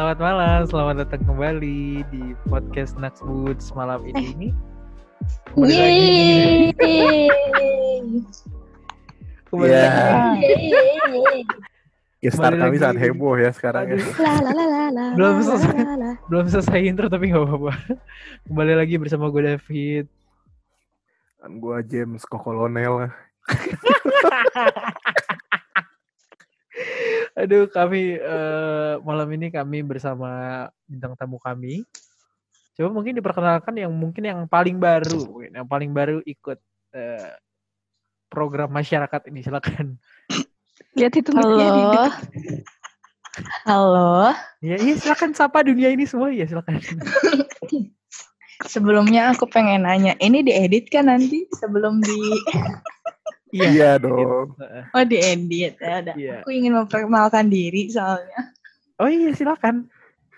Selamat malam, selamat datang kembali di podcast Nakswoods malam ini. Kembali lagi. Kembali lagi. Ya start kami sangat heboh ya sekarang ya. Belum selesai intro tapi nggak apa-apa. Kembali lagi bersama gue David. Dan gue James Kokolonel. Aduh, kami malam ini kami bersama bintang tamu kami. Coba mungkin diperkenalkan yang paling baru ikut program masyarakat ini, silakan. Lihat itu halo. Halo. Ya, silakan sapa dunia ini semua ya, silakan. Sebelumnya aku pengen nanya, ini diedit kan nanti sebelum di Iya dong. Oh, diedit ya udah. Iya. Aku ingin memperkenalkan diri soalnya. Oh iya, silakan.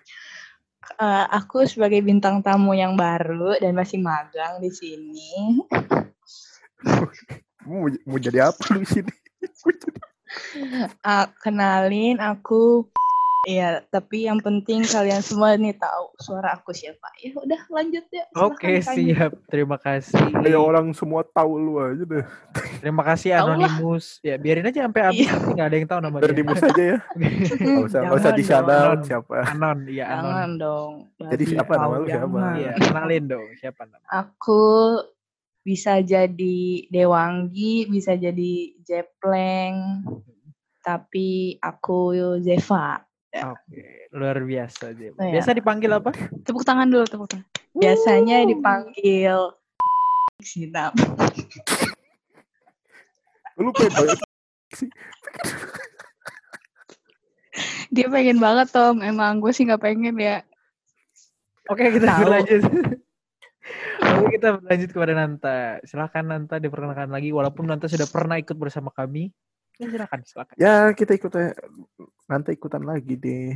Aku sebagai bintang tamu yang baru dan masih magang di sini. Mau jadi apa lu di sini? Kenalin aku. Iya, tapi yang penting kalian semua nih tahu suara aku siapa. Ya udah lanjut ya. Oke, siap. Terima kasih. Kayak orang semua tahu lu aja deh. Terima kasih Anonymous. Ya, biarin aja sampai habis nanti enggak ada yang tahu nama dia. Anonymous aja ya. Enggak usah di shout out siapa. Anon, iya Anon. Jangan dong. Jadi siapa nama lu siapa? Iya, kenalin dong siapa nama. Aku bisa jadi Dewanggi, bisa jadi Jepleng. Tapi aku Zeva. Ya. Oke, luar biasa dia. Biasa dipanggil apa? Tepuk tangan dulu, tepuk tangan. Biasanya dipanggil Sinap. Lu pengen sih. Dia pengen banget, Tom. Emang gue sih nggak pengen ya. Oke, kita berlanjut. Oke, kita berlanjut kepada Nanta. Silakan Nanta diperkenalkan lagi, walaupun Nanta sudah pernah ikut bersama kami. Ya, silakan. Ya, kita nanti ikutan lagi deh.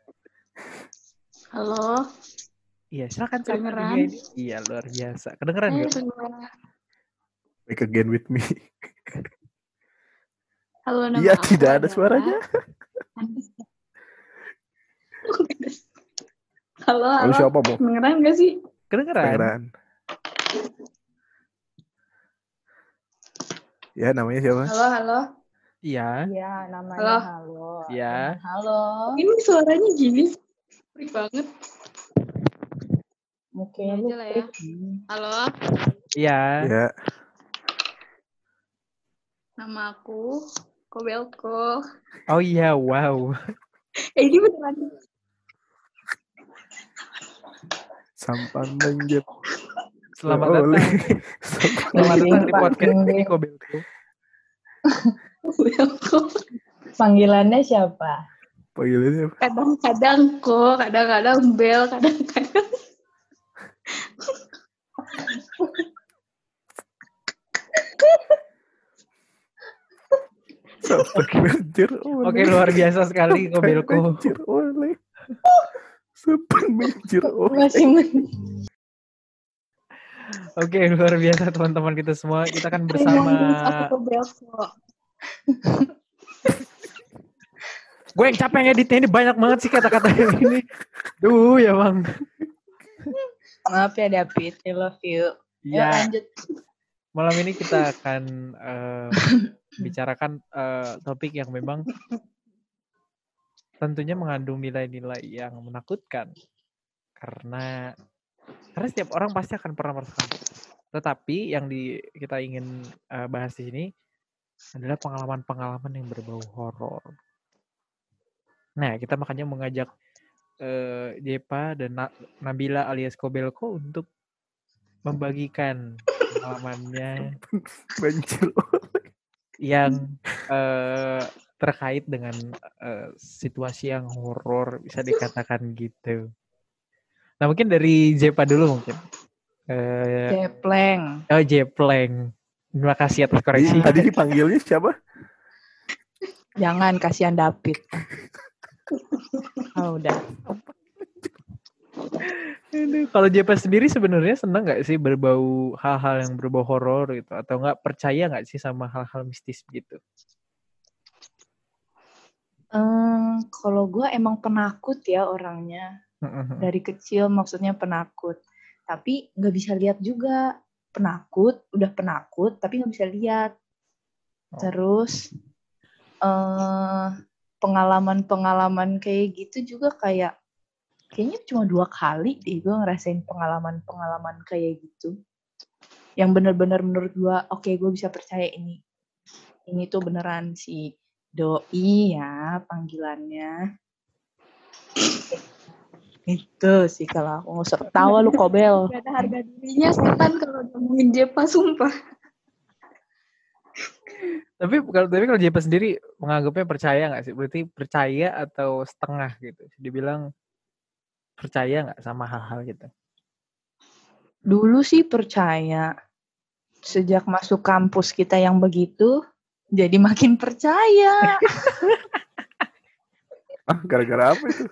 Halo. Iya, silakan. Kedengeran? Iya, luar biasa. Kedengeran nggak? Back again with me. Halo, nama Iya, tidak ada suaranya. Halo. Lalu siapa, Bo? Kedengeran nggak sih? Kedengeran. Ya, namanya siapa? Halo. Iya. Iya, namanya Halo. Iya. Halo. Ini suaranya gini, freak banget. Mungkin aja lah ya. Halo, Iya. Ya. nama aku Kobelko. Oh iya, wow. Ini beneran. Sampan banjir. Selamat datang. Selamat datang di podcast ini, Kobelko. Kobelko. Panggilannya siapa? Panggilannya apa? Kadang-kadang kok, kadang-kadang Bel, kadang-kadang. Sampan banjir. Oke, luar biasa sekali Kobelko. Banjir oleh. Sampan banjir oleh. Masih Oke, luar biasa teman-teman kita semua. Kita kan bersama. Aku Kobelko. Gue yang capek ngeditnya ini, banyak banget sih kata-kata ini. Duh ya bang. Maaf ya David, I love you. Ya. Lanjut. Malam ini kita akan bicarakan topik yang memang tentunya mengandung nilai-nilai yang menakutkan. Karena setiap orang pasti akan pernah merasakan. Tetapi yang kita ingin bahas di sini adalah pengalaman-pengalaman yang berbau horor. Nah, kita makanya mengajak Jepa dan Nabila alias Kobelko untuk membagikan pengalamannya Banjir yang terkait dengan situasi yang horor, bisa dikatakan gitu. Nah, mungkin dari Jepa dulu mungkin. Jepleng. Oh, Jepleng. Terima kasih atas koreksi. Tadi dipanggilnya siapa? Jangan, kasihan David. Oh, udah. Kalau Jepa sendiri sebenarnya senang nggak sih berbau hal-hal yang berbau horor gitu, atau nggak percaya nggak sih sama hal-hal mistis gitu? Kalau gue emang penakut ya orangnya. Dari kecil maksudnya penakut. Tapi nggak bisa lihat juga. Udah penakut, tapi nggak bisa lihat. Terus pengalaman-pengalaman kayak gitu juga kayaknya cuma 2 kali deh gue ngerasain pengalaman-pengalaman kayak gitu. Yang benar-benar menurut gue, oke, gue bisa percaya ini tuh beneran si doi ya panggilannya. Itu sih kalau aku nggak usah ketawa lu Kobel. Gak ada harga dirinya setan kalau ngomongin Jepa, sumpah. Tapi kalau JP sendiri menganggapnya percaya nggak sih? Berarti percaya atau setengah gitu? Dibilang percaya nggak sama hal-hal gitu? Dulu sih percaya. Sejak masuk kampus kita yang begitu, jadi makin percaya. Gara-gara apa itu?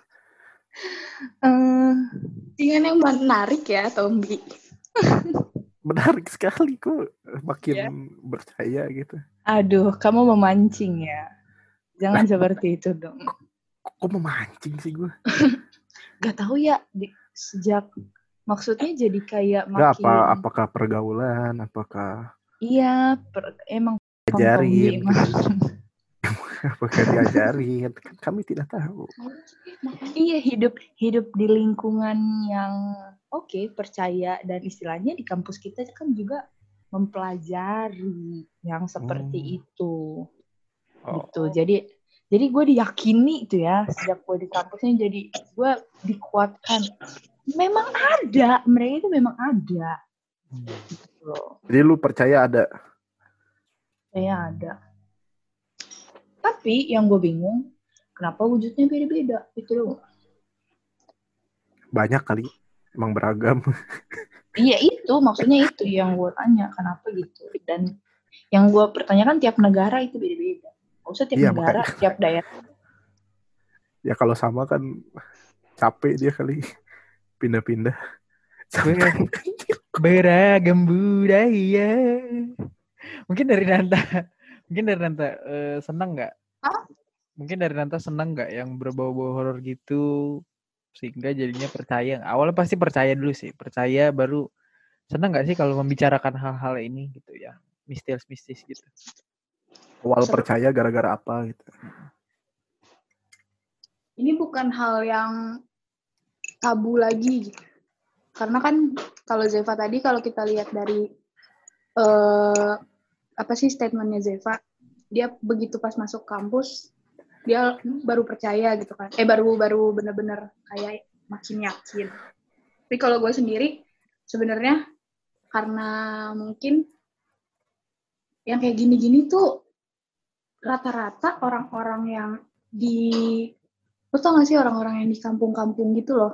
Dengan yang menarik ya, Tombi. Menarik sekali kok. Makin percaya gitu. Aduh, kamu memancing ya. Jangan seperti itu dong. Kok memancing sih gue? Gak tahu ya, sejak maksudnya jadi kayak Gak makin. apakah pergaulan, apakah Iya, emang diajarin, apakah diajarin? Kan kami tidak tahu. Iya, hidup di lingkungan yang oke, percaya, dan istilahnya di kampus kita kan juga mempelajari yang seperti itu. Gitu. Jadi gue diyakini itu ya, sejak gue di kampusnya, jadi gue dikuatkan. Memang ada, mereka itu memang ada. Gitu. Jadi lu percaya ada? Saya ada. Tapi yang gue bingung, kenapa wujudnya beda-beda? Itu loh. Banyak kali, emang beragam. Iya itu, maksudnya itu yang gue tanya, kenapa gitu. Dan yang gue pertanyakan tiap negara itu beda-beda. Gak usah tiap negara, makanya. Tiap daerah. Ya kalau sama kan capek dia kali pindah-pindah. Beragam budaya. Mungkin dari Nanta senang nggak? Mungkin dari Nanta senang nggak yang berbau-bau horor gitu, sehingga jadinya percaya. Awalnya pasti percaya dulu sih, percaya baru senang nggak sih kalau membicarakan hal-hal ini gitu ya, mistis gitu. Awal percaya gara-gara apa gitu? Ini bukan hal yang tabu lagi gitu. Karena kan kalau Zeva tadi, kalau kita lihat dari statementnya Zeva, dia begitu pas masuk kampus dia baru percaya gitu kan, baru benar-benar kayak makin yakin. Tapi kalau gue sendiri sebenarnya karena mungkin yang kayak gini-gini tuh rata-rata orang-orang yang lo tau gak sih orang-orang yang di kampung-kampung gitu loh.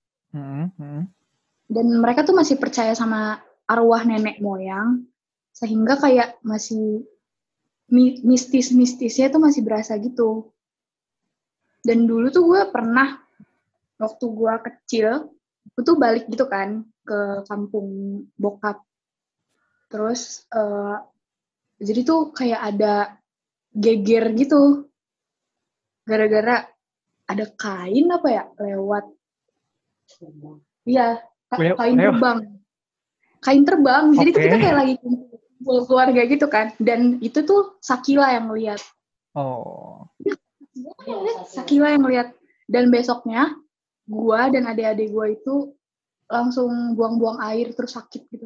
Dan mereka tuh masih percaya sama arwah nenek moyang, sehingga kayak masih mistisnya tuh masih berasa gitu. Dan dulu tuh gue pernah, waktu gue kecil, gue tuh balik gitu kan ke kampung bokap. Terus jadi tuh kayak ada geger gitu, gara-gara ada kain apa ya lewat. Iya, kain terbang. Jadi tuh kita kayak lagi kumpul keluarga gitu kan. Dan itu tuh Sakila yang ngeliat. Sakila yang ngeliat. Dan besoknya gua dan adik-adik gua itu langsung buang-buang air terus sakit gitu.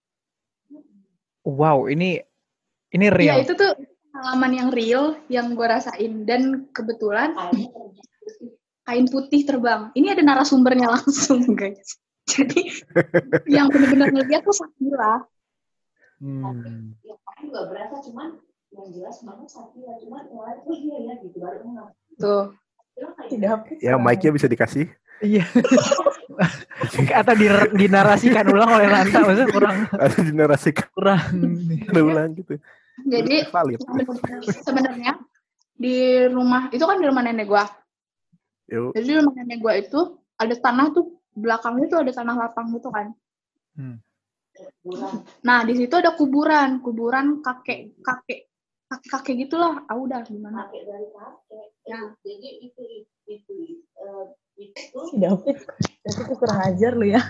Wow, ini real. Iya, itu tuh pengalaman yang real yang gua rasain. Dan kebetulan kain putih terbang. Ini ada narasumbernya langsung, guys. Jadi yang benar-benar ngeliat tuh Sakila. Ya kain juga berasa, cuman yang jelas banget Sakila, cuman mulai tuh dia ya gitu baru menang. Tuh. Ya mic-nya bisa dikasih. Iya. Atau dinarasikan ulang oleh Nanta, maksudnya kurang. Atau dinarasikan ulang gitu. Jadi sebenarnya di rumah itu kan di rumah nenek gua. Jadi di rumah nenek gua itu ada tanah tuh, belakangnya tuh ada tanah lapang gitu kan. Nah di situ ada kuburan kakek kakek-kakek gitulah. Udah gimana? Kakek dari kakek. Ya. Jadi itu Si David tuh kurang ajar lu ya.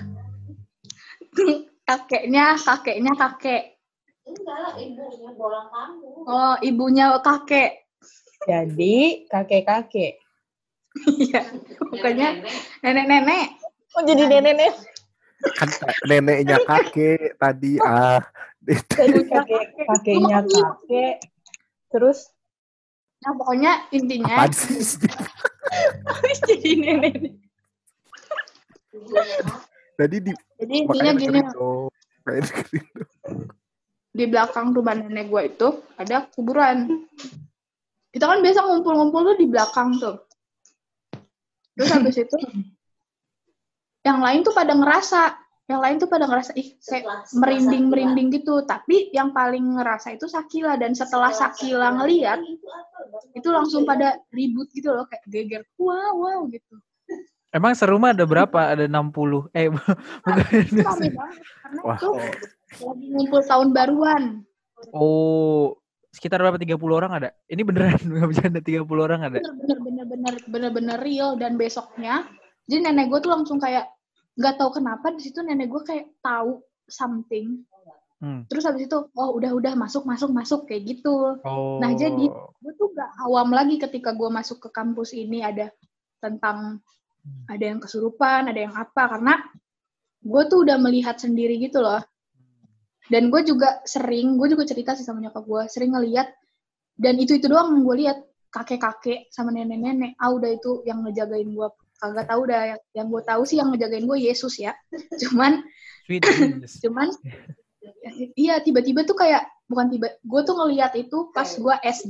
kakek. enggak lah, ibunya bolang kampung. Oh, ibunya kakek. Jadi kakek-kakek. Iya. Pokoknya nenek-nenek. Oh jadi nenek-nenek. Kan neneknya kakek tadi Jadi kakeknya kakek. Terus Nah, pokoknya intinya apaan sih? jadi nenek. Tadi di jadi intinya makanya gini, dengerin dong. Makanya dengerin dong. di belakang rumah nenek gue itu ada kuburan. Kita kan biasa ngumpul-ngumpul tuh di belakang tuh. Terus habis itu yang lain tuh pada ngerasa, ih kayak merinding gitu. Tapi yang paling ngerasa itu Sakila, dan setelah Sakila ngeliat itu langsung pada ribut gitu loh, kayak geger, wow gitu. Emang serumah ada berapa? Ada 60. Bukan. Itu rame banget karena Wah. itu lagi ngumpul tahun baruan. Oh, sekitar berapa? 30 orang ada? Ini beneran nggak bercanda, 30 orang ada? Bener-bener real. Dan besoknya jadi nenek gue tuh langsung kayak nggak tahu kenapa di situ nenek gue kayak tahu something. Terus habis itu udah masuk kayak gitu. Oh. Nah jadi gue tuh gak awam lagi ketika gue masuk ke kampus ini, ada tentang ada yang kesurupan, ada yang apa, karena gue tuh udah melihat sendiri gitu loh. Dan gue juga cerita sih sama nyokap gue, sering ngeliat, dan itu doang yang gue lihat, kakek-kakek sama nenek-nenek. Udah itu yang ngejagain gue, kagak tahu dah. Yang gue tahu sih yang ngejagain gue Yesus ya. Cuman iya tiba-tiba tuh kayak gue tuh ngelihat itu pas gue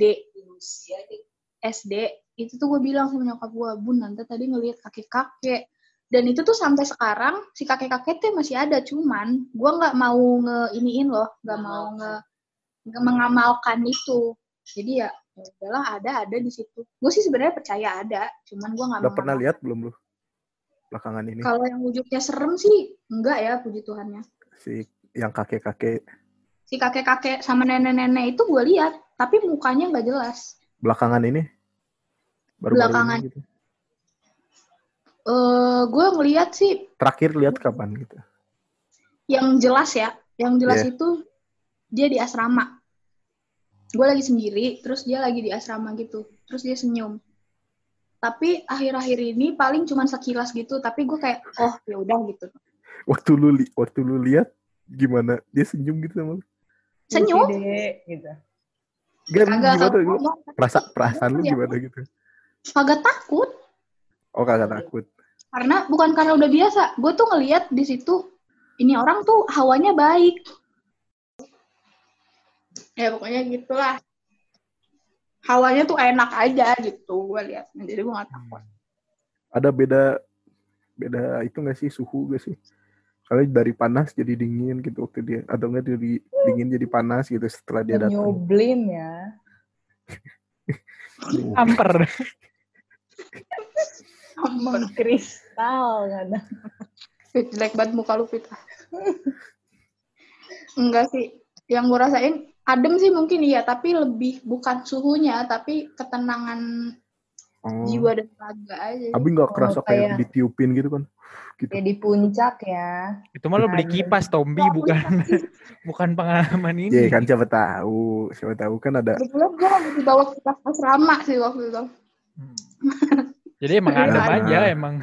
SD itu tuh gue bilang sama nyokap gue, Bun, nanti tadi ngelihat kakek-kakek. Dan itu tuh sampai sekarang si kakek-kakek tuh masih ada, cuman gue nggak mau nggak mau mengamalkan itu. Jadi ya udahlah, ada di situ. Gue sih sebenarnya percaya ada, cuman gue nggak. Udah pernah lihat belum lu belakangan ini? Kalau yang wujudnya serem sih enggak ya, puji Tuhannya. Si yang kakek-kakek. Si kakek-kakek sama nenek-nenek itu gue lihat, tapi mukanya nggak jelas. Belakangan ini? Belakangan. Ini gitu. Gue ngelihat sih. Terakhir lihat kapan gitu? Yang jelas itu dia di asrama. Gue lagi sendiri, terus dia lagi di asrama gitu, terus dia senyum. Tapi akhir-akhir ini paling cuma sekilas gitu, tapi gue kayak ya udah gitu. Waktu lu lihat gimana? Dia senyum gitu sama lu? Senyum? Gitu. Gimana? Perasaan lu gimana gitu? Kagak takut. Oh, kagak takut. Bukan karena udah biasa. Gue tuh ngelihat di situ, ini orang tuh hawanya baik. Ya pokoknya gitulah. Hawanya tuh enak aja gitu gue lihat. Jadi gue nggak takut. Ada beda itu nggak sih, suhu nggak sih? Kalau dari panas jadi dingin gitu waktu dia, atau nggak dari dingin jadi panas gitu setelah dia datang. Nyublin ya. Amper. Kristal kadang. Jelek banget muka lu, Fita. Enggak sih. Yang gue rasain adem sih mungkin iya, tapi lebih bukan suhunya, tapi ketenangan jiwa dan raga aja. Abi nggak kerasa kayak ditiupin gitu kan? Gitu. Kayak di puncak ya. Itu malah beli kipas, Tombi, bukan pengalaman ini. Iya kan, siapa tahu kan ada. Kebetulan gue lagi dibawa ke asrama sih waktu itu. Jadi emang adem aja emang.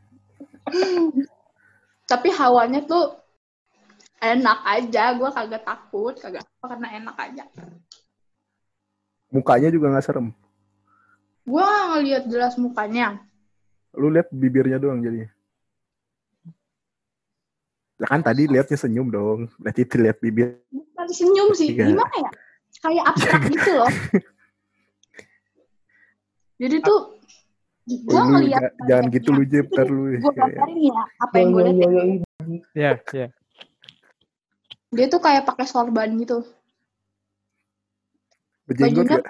Tapi hawanya tuh enak aja, gue kagak takut, karena enak aja. Mukanya juga nggak serem. Gue nggak ngeliat jelas mukanya. Lu lihat bibirnya doang jadinya. Ya kan tadi lihatnya senyum dong, berarti lihat bibir. Bukan senyum sih, gimana ya? Kayak abstrak gitu loh. Jadi tuh gue ngeliat. Jangan gitu lu, Jep, ntar lu. Gue gambarin ya, apa yang gue lihat. Iya. Dia tuh kayak pakai sorban gitu. Berjenggot gak?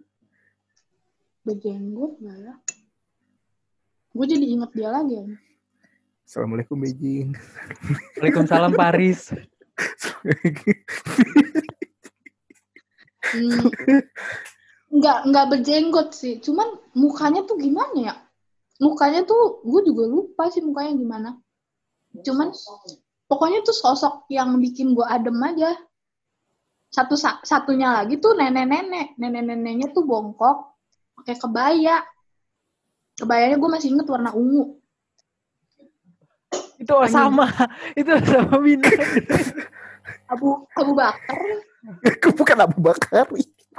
Berjenggot gak ya? Gue jadi inget dia lagi ya. Assalamualaikum Beijing. Waalaikumsalam Paris. Hmm, nggak berjenggot sih. Cuman mukanya tuh gimana ya? Mukanya tuh gue juga lupa sih mukanya gimana. Cuman pokoknya tuh sosok yang bikin gue adem aja. Satunya lagi tuh nenek-neneknya tuh bongkok pakai kebaya. Kebayanya gue masih inget warna ungu. Itu sama Bina. Abu Bakar. Bukan Abu Bakar.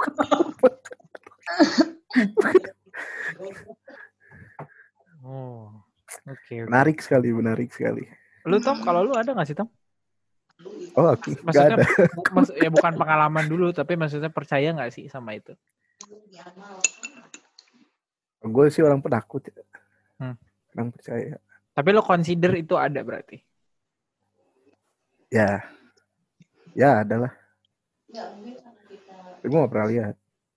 Oh, oke. Menarik sekali. Lu Tom, kalau lu ada nggak sih Tom? Oh, oke. Maksudnya, Nggak ada. ya bukan pengalaman dulu, tapi maksudnya percaya nggak sih sama itu? Gue sih orang penakut ya. Orang percaya. Tapi lo consider itu ada berarti? Ya adalah. Tapi gue gak pernah lihat.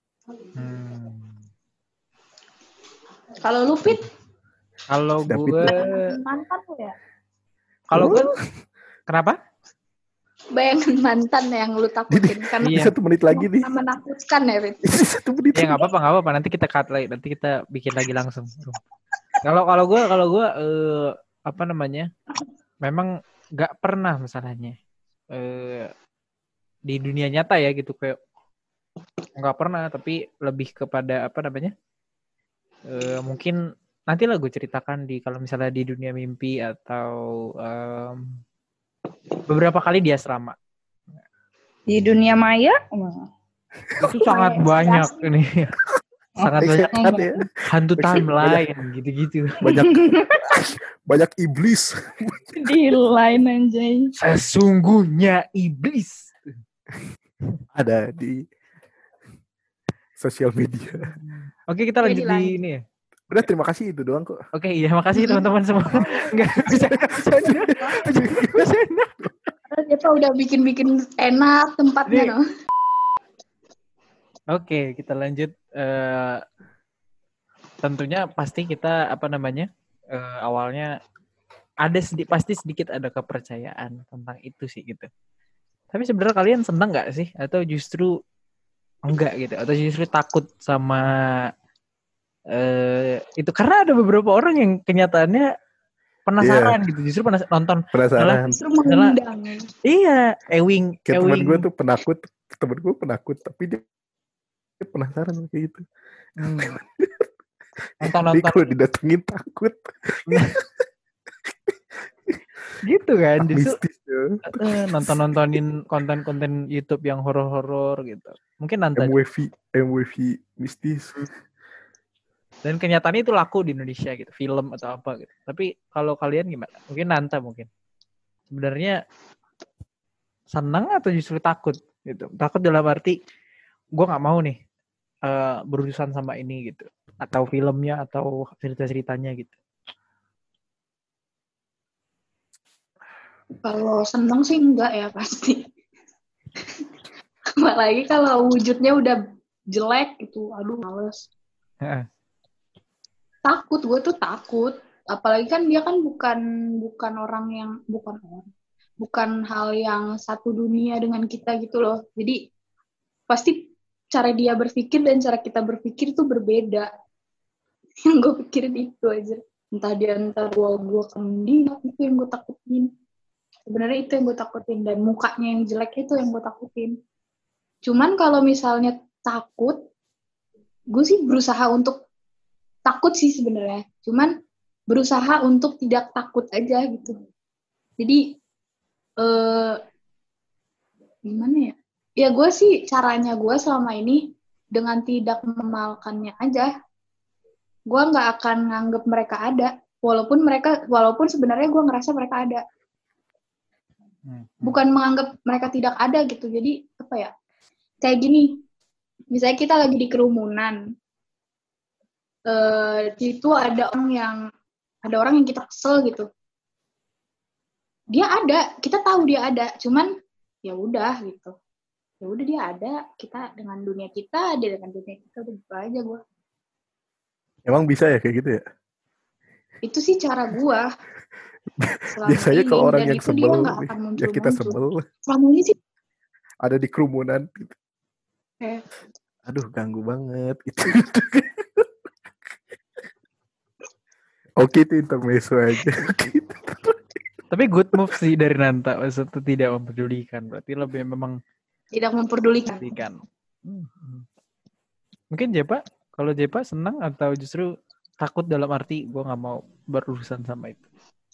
Kalau lu Fit? Kalau David gue, Mantan lu ya? kalau gue, kenapa? Bayangin mantan yang lu takutin karena Ini 1 menit lagi nih. menakutkan ya Fit. 1 menit. Ya nggak apa-apa. Nanti kita cut lagi, nanti kita bikin lagi langsung. Kalau gue apa namanya? Memang nggak pernah masalahnya di dunia nyata ya gitu, kayak nggak pernah, tapi lebih kepada apa namanya? Mungkin nanti lah gue ceritakan kalau misalnya di dunia mimpi atau beberapa kali di asrama. Di dunia maya? Itu sangat banyak ini. Sangat banyak ya. hantu timeline gitu-gitu. Banyak iblis. Di line anjay. Sesungguhnya iblis ada di sosial media. Oke, kita lanjut di ini ya. Udah, terima kasih itu doang kok. Oke, iya, makasih teman-teman semua. Enggak bisa. Kita udah bikin enak tempatnya loh. Oke, kita lanjut. Tentunya pasti kita apa namanya? Awalnya pasti sedikit ada kepercayaan tentang itu sih gitu. Tapi sebenarnya kalian senang nggak sih? Atau justru enggak gitu? Atau justru takut sama itu? Karena ada beberapa orang yang kenyataannya penasaran gitu, justru nonton penasaran. Justru mengundang. Iya, Ewing. Temen gue tuh penakut, tapi dia penasaran kayak gitu. Nonton. Jadi kalau didatengin takut. Gitu kan, justru nontonin konten-konten YouTube yang horor-horor gitu. Mungkin nonton MWV mistis. Dan kenyataannya itu laku di Indonesia gitu, film atau apa gitu. Tapi kalau kalian gimana? Mungkin Nanta sebenarnya senang atau justru takut gitu? Takut dalam arti gue nggak mau nih berurusan sama ini gitu, atau filmnya atau cerita-ceritanya gitu. Kalau seneng sih enggak ya pasti. Apalagi kalau wujudnya udah jelek gitu, aduh males. Takut, gue tuh takut. Apalagi kan dia kan bukan hal yang satu dunia dengan kita gitu loh. Jadi pasti cara dia berpikir dan cara kita berpikir tuh berbeda. Yang gue pikirin itu aja. Entah dia gue kemudian itu yang gue takutin. Sebenarnya itu yang gue takutin, dan mukanya yang jelek itu yang gue takutin. Cuman kalau misalnya takut, gue sih berusaha untuk takut sih sebenarnya. Cuman berusaha untuk tidak takut aja gitu. Jadi gimana ya? Ya gue sih caranya gue selama ini dengan tidak memalkannya aja. Gue nggak akan nganggep mereka ada, walaupun sebenarnya gue ngerasa mereka ada. Bukan menganggap mereka tidak ada gitu. Jadi apa ya? Kayak gini, misalnya kita lagi di kerumunan, itu ada orang yang kita kesel gitu. Dia ada, kita tahu dia ada, cuman ya udah gitu. Ya udah dia ada, kita dengan dunia kita, dia dengan dunia kita, udah gitu aja gue. Emang bisa ya kayak gitu ya? Itu sih cara gue. Biasanya kalau orang yang sebel, ya kita sebel. Selama ini sih ada di kerumunan gitu. Aduh, ganggu banget gitu. Oke, itu intermezzo aja. Tapi good move sih dari Nanta, maksudnya tidak mempedulikan. Berarti lebih memang Tidak memperdulikan. mempedulikan. Mungkin Jepa, kalau Jepa senang atau justru takut dalam arti gue nggak mau berurusan sama itu?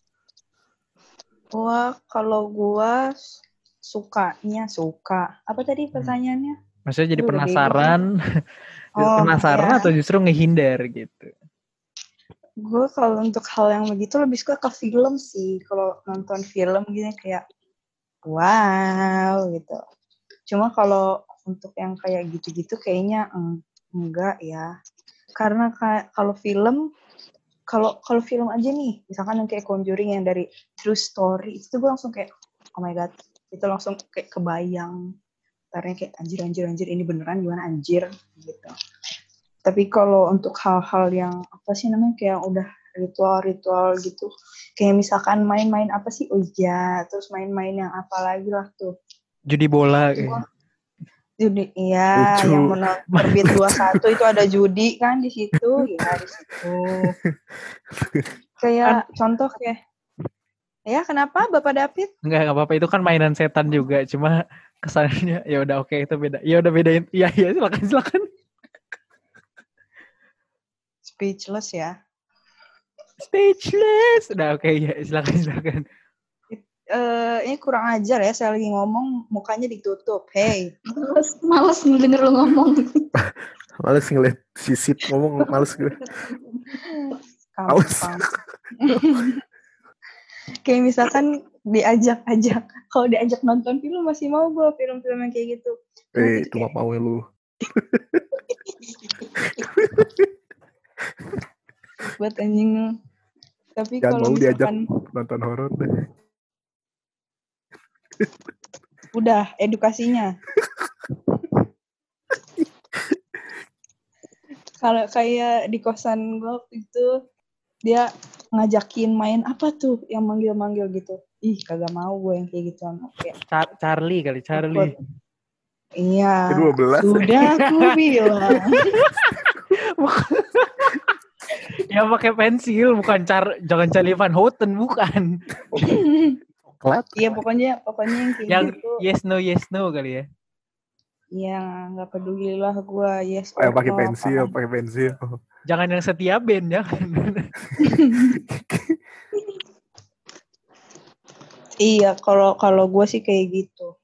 Kalau gua sukanya suka. Apa tadi pertanyaannya? Maksudnya jadi Aduh, udah penasaran, penasaran iya. atau justru ngehindar gitu? Gue kalau untuk hal yang begitu lebih suka ke film sih. Kalau nonton film gini kayak wow gitu. Cuma kalau untuk yang kayak gitu-gitu kayaknya enggak ya. Karena kalau film aja nih, misalkan yang kayak Conjuring yang dari true story, itu gue langsung kayak oh my god, itu langsung kayak kebayang. Karena kayak anjir ini beneran gimana anjir gitu. Tapi kalau untuk hal-hal yang apa sih namanya kayak udah ritual gitu, kayak misalkan main-main apa sih, terus main-main yang apa lagi lah tuh. Judi bola kayak. Judi, iya, Lucu. yang menang terbit 21 itu ada judi kan di situ, ya di situ. Kayak contoh kayak, ya kenapa Bapak David? Enggak apa-apa, itu kan mainan setan juga, cuma kesannya ya udah oke, itu beda. Ya udah bedain. Iya silakan. Speechless ya. Speechless. Udah oke ya, silakan. Ini kurang ajar ya, saya lagi ngomong mukanya ditutup. Hey. Males ngedenger lu ngomong. Males ngeliat sisit ngomong, males gue. Kampang. Kayak misalkan diajak, kalau diajak nonton film masih mau gue film-film yang kayak gitu. Itu mah mau lu. Buat anjing. Tapi jangan kalau mau diajak misalkan nonton horor deh. udah edukasinya. Kalau kayak di kosan gue itu dia ngajakin main apa tuh yang manggil-manggil gitu. Ih, kagak mau gue yang kayak gituan. Oke. Charlie. Iya. 12. Sudah aku bilang. Ya pakai pensil, bukan jangan Charlie Van Houten, bukan. Coklat. Iya, pokoknya yang kayak yang gitu. Yes no kali ya. Iya, nggak peduli lah gue yes Yang or pakai no, pensil. Jangan yang setia band, jangan. Iya, kalau gue sih kayak gitu.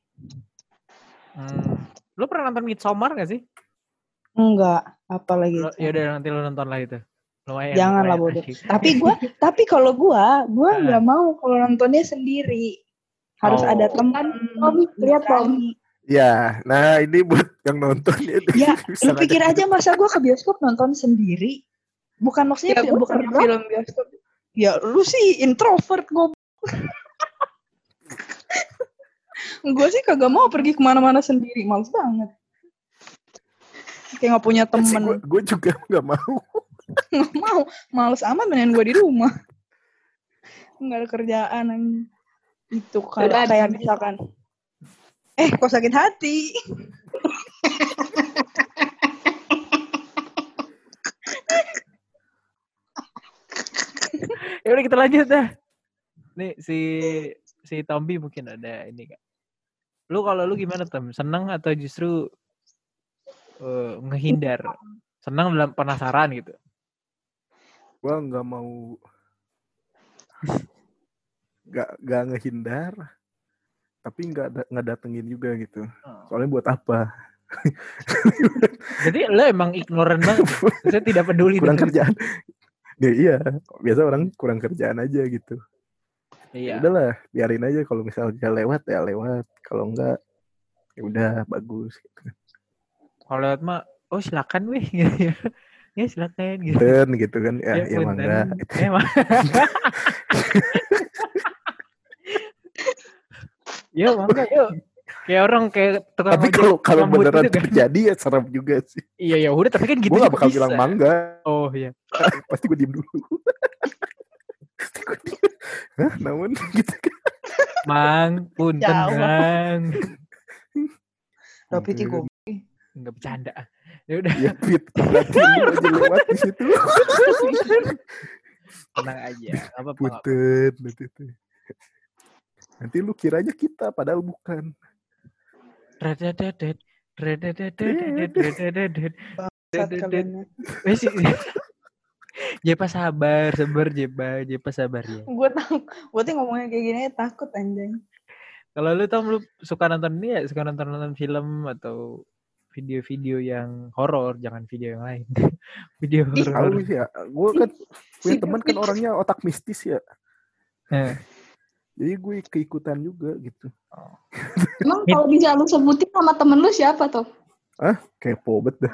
Lo pernah nonton Midsommar gak sih? Enggak, apalagi itu. Ya udah nanti lo nonton lah itu. Lumayan. Jangan lah bodoh. Tapi kalau gue nggak mau kalau nontonnya sendiri. Harus ada teman. Lihat Tom. Ya, nah ini buat yang nonton ya. Lu pikir aja masa gue ke bioskop nonton sendiri? Bukan maksudnya ya, bukan film bioskop. Ya lu sih introvert gue. Gue sih kagak mau pergi kemana-mana sendiri, males banget. Kayak nggak punya temen. Gue juga nggak mau. Nggak mau, males amat mendingan gue di rumah. Nggak ada kerjaan itu kayak misalkan. Kok sakit hati? Ya udah kita lanjut dah. Nih si Tombi mungkin ada ini kan. Kalau lu gimana Tom? Seneng atau justru ngehindar? Seneng dalam penasaran gitu? Gua nggak mau, nggak ngehindar, tapi nggak datengin juga gitu. Soalnya buat apa? Jadi lo emang ignoran banget. Saya tidak peduli. Kurang kerjaan. Ya, iya, biasa orang kurang kerjaan aja gitu. Iya. Udahlah, biarin aja, kalau misalnya lewat ya lewat, kalau enggak ya udah bagus gitu. Kalau lewat mah silakan weh gitu ya. Ya silakan gitu. Gitu kan ya emang enggak. Emang. Ya mangga yuk. Kayak orang kayak tukang tapi kalau beneran gitu, terjadi kan? Ya serem juga sih. Iya ya udah, tapi kan gitu. Gue gak bakal bilang mangga. Oh iya. Pasti gue diem dulu. Hah, namun gitu kan. Mang, punten mang. Tapi gue Enggak bercanda. Ya udah. Ya Pit, berarti lu aja lewat di situ. Tenang aja. Apa Punten nanti tuh. Nanti lu kiranya kita padahal bukan. Saat kalian. Jepa sabar Jepa sabar ya. Gue tuh ngomongnya kayak gini takut anjing. Kalau lu suka nonton ini ya, suka nonton film atau video-video yang horor, jangan video yang lain. Video horor. Tahu ya, gue kan punya teman kan orangnya otak mistis ya. Jadi gue keikutan juga gitu. Emang kalau bisa lu sebutin nama temen lu siapa tuh? Kepo bet dah.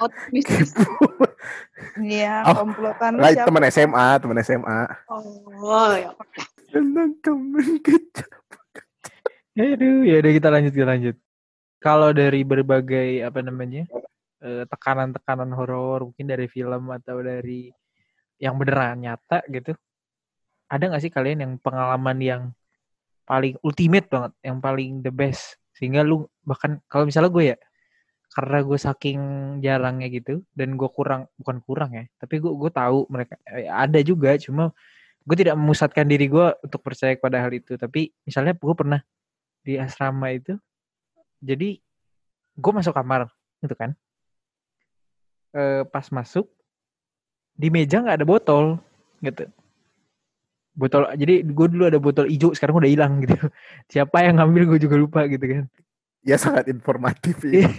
Iya, komplotan lu Lah siapa? teman SMA. Oh, ya. Tenang temen kecap. Aduh, ya udah kita lanjut. Kalau dari berbagai tekanan-tekanan horor, mungkin dari film atau dari yang beneran nyata gitu, ada nggak sih kalian yang pengalaman yang paling ultimate banget, yang paling the best, sehingga lu bahkan kalau misalnya gue ya, karena gue saking jarangnya gitu dan gue bukan kurang ya, tapi gue tahu mereka ada juga, cuma gue tidak memusatkan diri gue untuk percaya pada hal itu. Tapi misalnya gue pernah di asrama itu, jadi gue masuk kamar gitu kan, pas masuk di meja nggak ada botol gitu. Jadi gue dulu ada botol hijau, sekarang udah hilang gitu. Siapa yang ngambil gue juga lupa gitu kan. Ya sangat informatif ya.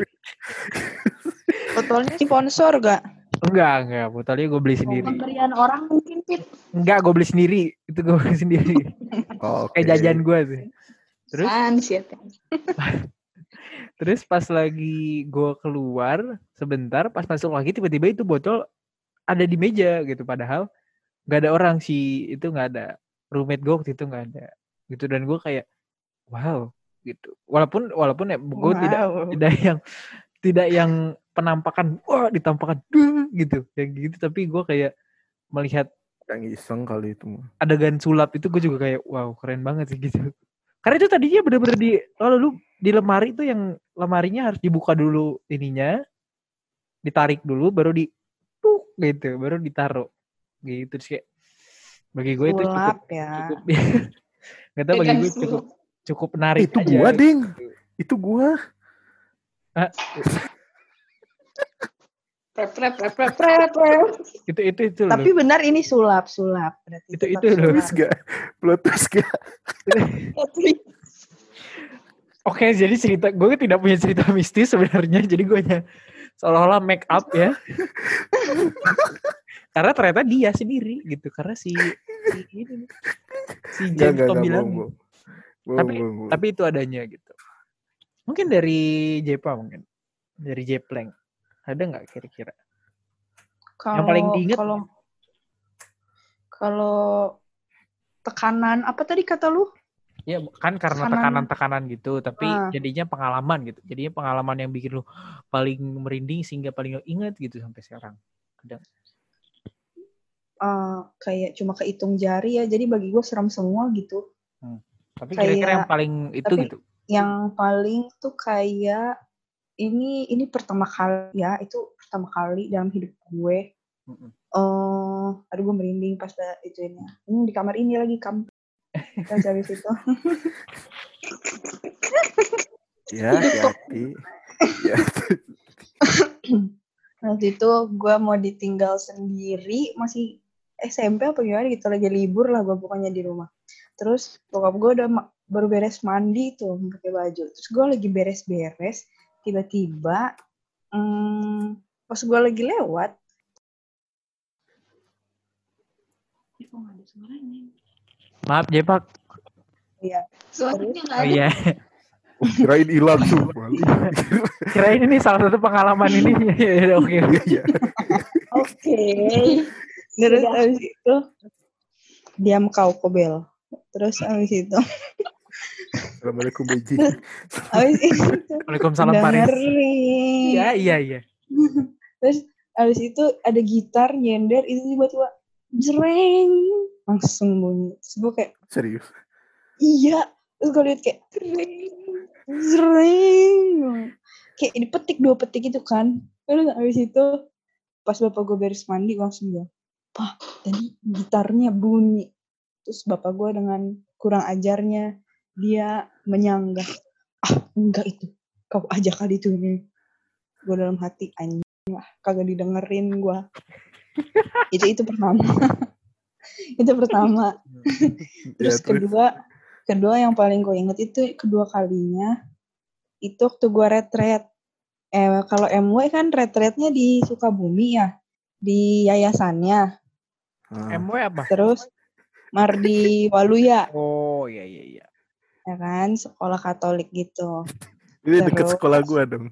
Botolnya sponsor gak? Enggak, botolnya gue beli sendiri. Pemberian orang mungkin, Pit. Enggak, gue beli sendiri. Itu gue beli sendiri. Kayak jajan gue tuh. Terus pas lagi gue keluar sebentar, pas masuk lagi tiba-tiba itu botol ada di meja gitu, padahal nggak ada orang sih, itu nggak ada, roommate gue waktu itu nggak ada gitu. Dan gue kayak wow gitu, walaupun ya gue tidak yang penampakan ditampakkan gitu yang gitu, tapi gue kayak melihat yang iseng kali itu adegan sulap itu, gue juga kayak wow keren banget sih gitu. Karena itu tadinya bener-bener di lemari itu, yang lemarinya harus dibuka dulu ininya, ditarik dulu baru gitu, baru ditaruh gitu. Terus kayak bagi gue itu cukup nggak tahu, bagi gue cukup menarik. Itu aja. Gua ding gitu. Itu gua itu tapi loh. Benar ini sulap berarti itu loh. Plot twist gak? Oke, jadi cerita gue tidak punya cerita mistis sebenarnya, jadi gue hanya seolah-olah make up ya. Karena ternyata dia sendiri gitu, karena si James Tom bilang. Tapi itu adanya gitu. Mungkin dari Jepa, dari Jeplang, ada nggak kira-kira? Yang paling diingat? Kalau tekanan apa tadi kata lu? Ya kan karena tekanan-tekanan gitu, tapi jadinya pengalaman gitu. Jadinya pengalaman yang bikin lu paling merinding sehingga paling lu ingat gitu sampai sekarang. Ada? Kayak cuma kehitung jari ya. Jadi bagi gue seram semua gitu. Tapi kira-kira yang paling itu gitu? Yang paling tuh kayak ini pertama kali ya. Itu pertama kali dalam hidup gue. Aduh gue merinding pas itu ini. Di kamar ini lagi Kan habis itu. Ya, hati-hati. Ya. Nanti itu gue mau ditinggal sendiri, masih SMP apa gimana gitu, lagi libur lah gue pokoknya di rumah. Terus bokap gue udah baru beres mandi tuh pakai baju. Terus gue lagi beres-beres, tiba-tiba pas gue lagi lewat, kok nggak ada suaranya? Maaf Jepak. Iya. Suaranya nggak ada. Oh iya. Kirain hilang tuh. Kirain ini salah satu pengalaman ini. Oke. Oke. Terus abis itu diam kau Kobel. Terus abis itu. Assalamualaikum Beji. Abis itu. Waalaikumsalam Paris. Iya. Terus abis itu ada gitar nyender, itu tiba-tiba jreng, langsung bunyi. Terus gue kayak serius? Iya. Terus gue liat kayak jreng. kayak dipetik 2 petik itu kan. Terus habis itu pas bapak gue beres mandi gue langsung bilang, "Pak, tadi gitarnya bunyi." Terus bapak gue dengan kurang ajarnya dia menyanggah, "Ah, enggak itu. Kau aja kali itu." Gue dalam hati, anjing lah, kagak didengerin gue. Itu pertama. Itu pertama. Terus kedua yang paling gue inget itu kedua kalinya itu waktu gue retret. Kalau MW kan retretnya di Sukabumi ya, di yayasannya. MW apa? Terus Mardi Waluya. Oh iya. Ya kan, sekolah Katolik gitu. Ini deket sekolah gue dong.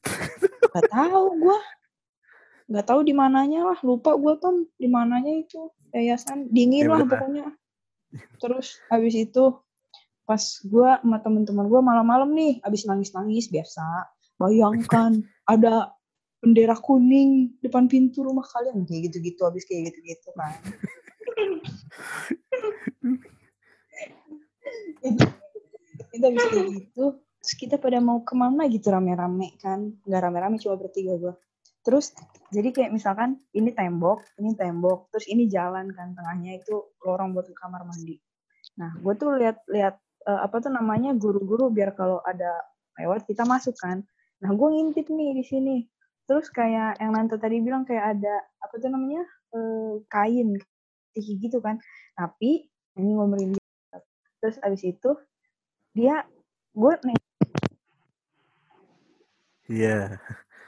Gak tahu di mananya lah, lupa gue tuh di mananya itu yayasan dingin lah pokoknya. Terus habis itu pas gue sama teman-teman gue malam-malam nih, habis nangis-nangis biasa. Bayangkan ada bendera kuning depan pintu rumah kalian kayak gitu-gitu, habis kayak gitu-gitu kan. Itu habis kayak gitu, terus kita pada mau kemana gitu rame-rame kan, nggak rame-rame cuma bertiga gue. Terus jadi kayak misalkan ini tembok, terus ini jalan kan, tengahnya itu lorong buat ke kamar mandi. Nah gue tuh lihat guru-guru biar kalau ada lewat kita masuk kan. Nah gue ngintip nih di sini. Terus kayak yang Nanto tadi bilang kayak ada kain gitu kan. Tapi ini gue merinding. Terus abis itu gue nih. Iya.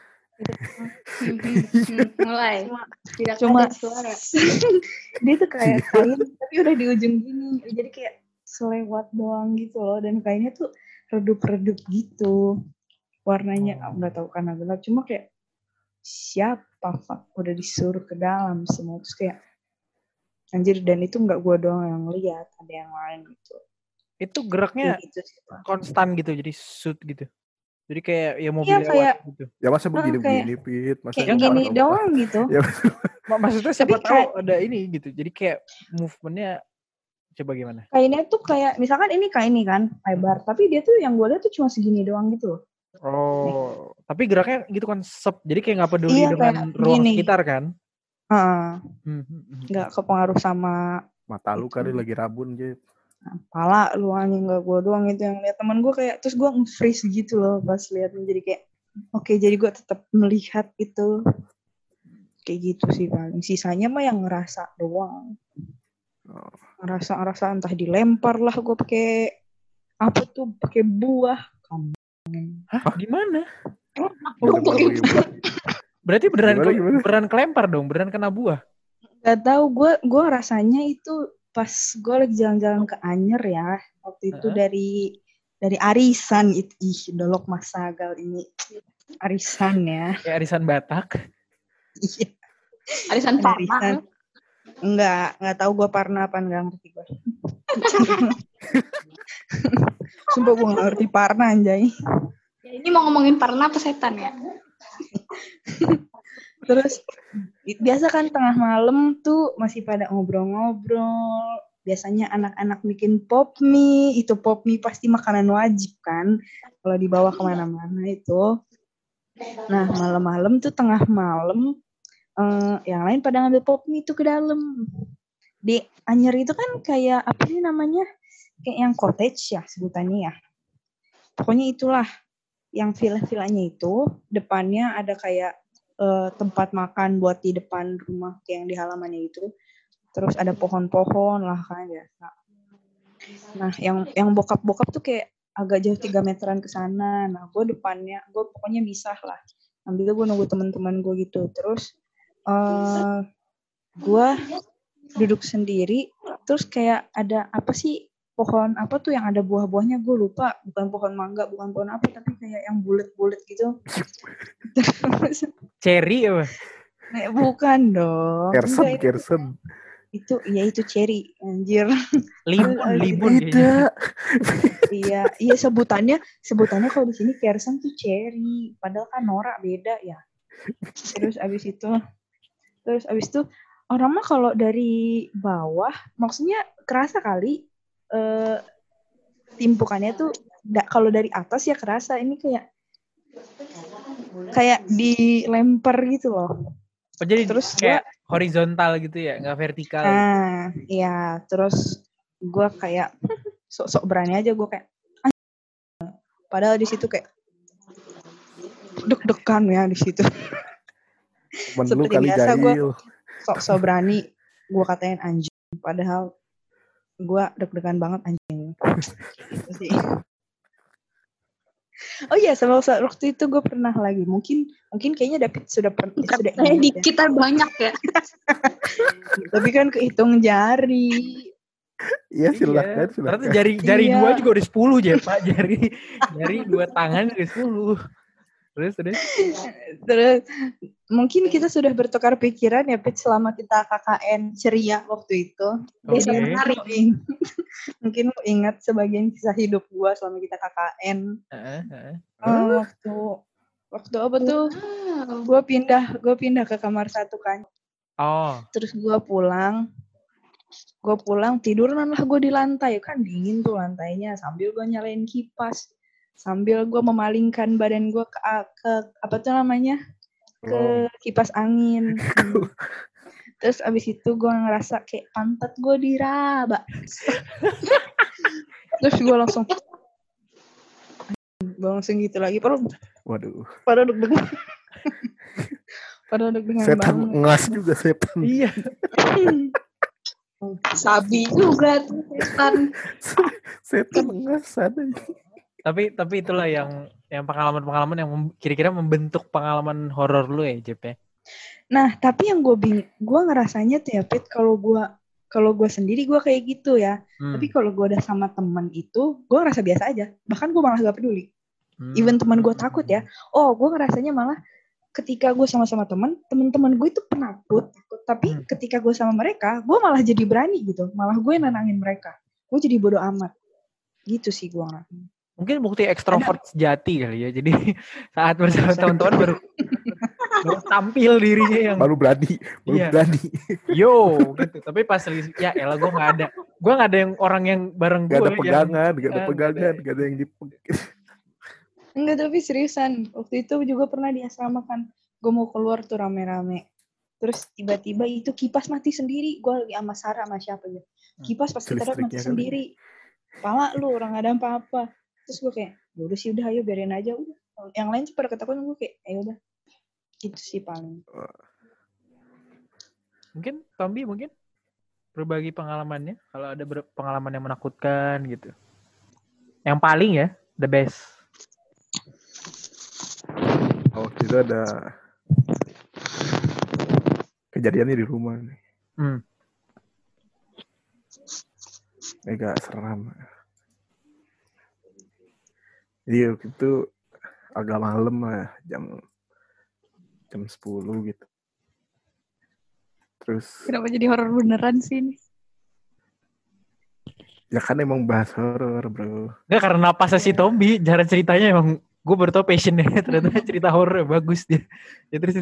Mulai. Cuma ada suara. Dia tuh kayak kain tapi udah di ujung gini. Jadi kayak selewat doang gitu loh. Dan kainnya tuh redup-redup gitu. Warnanya nggak tahu karena gelap. Cuma kayak siapa Pak udah disuruh ke dalam semua. Terus kayak anjir, dan itu nggak gue doang yang lihat, ada yang lain gitu. Itu geraknya gitu sih, konstan gitu, jadi shoot gitu. Jadi kayak ya mobil lewat kayak, gitu. Ya masa begini-begini, Pit? Masa kayak gini doang gitu. Ya, maksudnya siapa tahu ada ini gitu. Jadi kayak movementnya coba gimana? Kainnya tuh kayak misalkan ini kain nih kan lebar, tapi dia tuh yang gue lihat tuh cuma segini doang gitu loh. Oh, tapi geraknya gitu kan jadi kayak nggak peduli dengan ruang sekitar kan? Nggak kepengaruh sama mata lu kali lagi rabun Jep. Pala lu anjing, nggak gue doang itu yang lihat, teman gue kayak terus gue nge-freeze gitu loh pas liatnya, jadi kayak oke, jadi gue tetap melihat itu kayak gitu sih paling. Sisanya mah yang ngerasa doang. Ngerasa entah dilempar lah gue pakai buah. Hah? Gimana? Berarti beneran kelempar dong, beneran kena buah. Gak tahu, gue rasanya itu pas gue lagi jalan-jalan ke Anyer ya waktu itu dari arisan itu, dolok masagal ini arisan ya. Kayak arisan Batak. Iya. Arisan Parna. Enggak tahu gue Parna apa, enggak ngerti gue. Sumpah gue nggak ngerti Parna anjay. Ya, ini mau ngomongin Parna apa setan ya? Terus biasa kan tengah malam tuh masih pada ngobrol-ngobrol. Biasanya anak-anak bikin pop mie. Itu pop mie pasti makanan wajib kan kalau dibawa kemana-mana itu. Nah malam-malam tuh tengah malam yang lain pada ngambil pop mie itu ke dalam. Di Anyer itu kan kayak apa sih namanya? Kayak yang cottage ya sebutannya ya. Pokoknya itulah yang villa-villanya itu depannya ada kayak tempat makan buat di depan rumah kayak yang di halamannya itu. Terus ada pohon-pohon lah kan biasa. Nah, yang bokap-bokap tuh kayak agak jauh 3 meteran ke sana. Nah, gue depannya, gue pokoknya bisa lah. Ambil gue nunggu teman-teman gue gitu. Terus gue duduk sendiri. Terus kayak ada apa sih, pohon apa tuh yang ada buah-buahnya, gue lupa. Bukan pohon mangga, bukan pohon apa, tapi kayak yang bulet-bulet gitu. Terus cherry apa? Bukan dong. Kersen. Itu cherry, anjir. Limun beda. Iya sebutannya kalau di sini kersen tuh cherry, padahal kan norak beda ya. Terus abis itu orang mah kalau dari bawah maksudnya kerasa kali timpukannya tuh kalau dari atas ya kerasa, ini kayak kayak dilempar gitu loh. Oh, jadi Terus kayak horizontal gitu ya, nggak vertikal. Nah, iya. Terus gue kayak sok-sok berani aja gue kayak. Padahal di situ kayak deg-degan ya di situ. Temen lu Seperti kali biasa gue jahil. sok-sok berani gue katain anjing. Padahal gue deg-degan banget anjing. Gitu sih. Oh iya, sama waktu itu gue pernah lagi. Mungkin kayaknya David sudah Saya ingat ya. dikit banyak ya. Tapi kan kehitung jari. Iya silakan. Ternyata jari Iya. 2 juga udah 10 ya Pak. Jari 2 tangan udah 10. Terus Mungkin kita sudah bertukar pikiran ya Pit selama kita KKN ceria waktu itu. Bisa Oke. menarik. Mungkin lu ingat sebagian kisah hidup gua selama kita KKN. Waktu apa tuh? Gua pindah ke kamar 1 kan. Oh. Terus gua pulang tiduran lah gue di lantai, kan dingin tuh lantainya, sambil gue nyalain kipas, sambil gue memalingkan badan gue ke apa tuh namanya, ke kipas angin. Terus abis itu gue ngerasa kayak pantat gue diraba. Terus gue langsung gitu lagi, padahal deg-degan setan banget. ngas juga setan. Iya. Sabi juga tuh Setan ngas ada. Tapi itulah yang pengalaman-pengalaman yang kira-kira membentuk pengalaman horor lu ya, Jep ya. Nah, tapi yang gue ngerasanya tuh ya, Pit, kalau gue sendiri gue kayak gitu ya. Tapi kalau gue udah sama teman itu, gue ngerasa biasa aja. Bahkan gue malah gak peduli. Even teman gue takut ya. Oh, gue ngerasanya malah ketika gue sama-sama teman-teman gue itu penakut. Tapi ketika gue sama mereka, gue malah jadi berani gitu. Malah gue nenangin mereka. Gue jadi bodo amat. Gitu sih gue ngerasa. Mungkin bukti ekstrovert sejati kali ya. Jadi saat bersama teman-teman baru tampil dirinya yang baru berani. Yo gitu. Tapi pas ya elah gue nggak ada yang orang yang bareng gue. Gak ada pegangan, gak ada yang dipegang. Enggak, tapi seriusan. Waktu itu juga pernah di asrama kan. Gue mau keluar tuh rame-rame. Terus tiba-tiba itu kipas mati sendiri. Gue lagi sama Sarah sama siapa gitu. Kipas pas kita mati sendiri. Pala lu, orang gak ada apa-apa. Terus gue kayak, udah sih, ayo biarin aja. Udah. Yang lain sih pada ketakutan, gue kayak, ayo udah. Itu sih paling. Mungkin Tombi berbagi pengalamannya. Kalau ada pengalaman yang menakutkan gitu. Yang paling ya, the best. Waktu itu ada kejadiannya di rumah nih. Agak seram. Jadi waktu itu agak malam lah, jam 10 gitu. Terus kenapa jadi horor beneran sih ini? Ya kan emang bahas horor, bro. Enggak, karena pas si Tombi, cara ceritanya emang gue baru tau passionnya. Ternyata cerita horor bagus dia. Ya terus.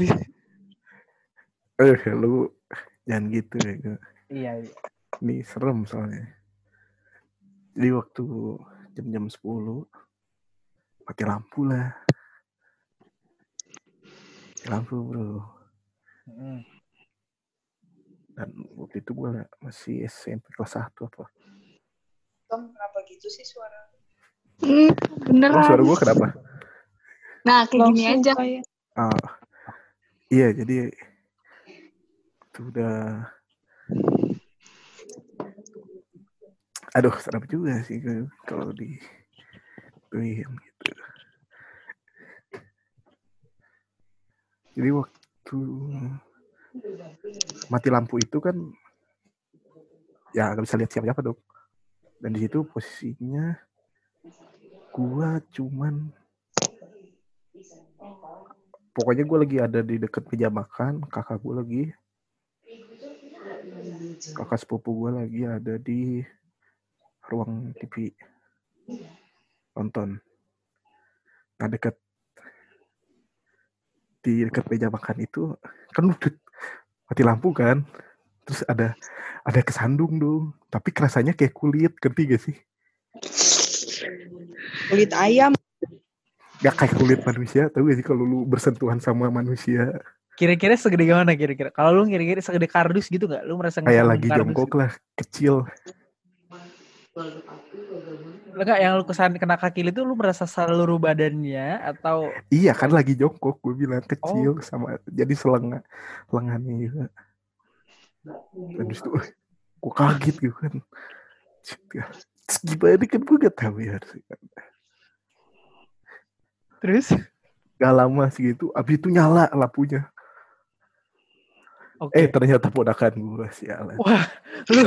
Lu jangan gitu ya. Iya. Ini serem soalnya. Jadi waktu jam 10 mati lampu lah. Mati lampu, bro. Dan waktu itu gue masih SMP kelas 1 apa. Tom, kenapa gitu sih suara? Beneran. Suara gue kenapa? Nah, kayak gini aja. Iya, jadi itu udah. Aduh, serem juga sih kalau di gitu. Jadi waktu mati lampu itu kan ya nggak bisa lihat siapa-siapa dong. Dan di situ posisinya gua pokoknya gue lagi ada di dekat meja makan, kakak sepupu gue lagi ada di ruang TV nonton. Nah di dekat meja makan itu kan udah mati lampu kan, terus ada kesandung dong, tapi rasanya kayak kulit, ngerti gak sih? Kulit ayam. Gak kayak kulit manusia, tahu gak sih kalau lu bersentuhan sama manusia Kira-kira segede gimana kira-kira? Kalau lu kira-kira segede kardus gitu nggak? Lu merasa kayak ngesentuh lagi kardus jongkok gitu? lah, kecil. Enggak, yang lu kena kaki itu lu merasa seluruh badannya atau Iya kan lagi jongkok, gue bilang Oh. kecil sama jadi lengannya juga. Terus itu gue kaget gitu kan. Terus gimana kan gue gak tahu ya. terus? Gak lama segitu, abis itu nyala lampunya. Oke. Ternyata ponakan gue, sialan. Wah, lu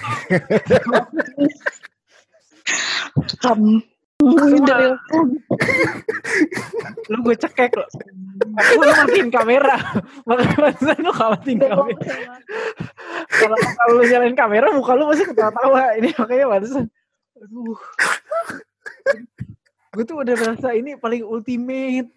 lu gue cekek lo. Lu matiin kamera. Makanya lu matiin kamera. Kalau lu nyalain kamera muka lu masih ketawa-tawa. Ini makanya pantesan. Aduh. Gue tuh udah merasa ini paling ultimate.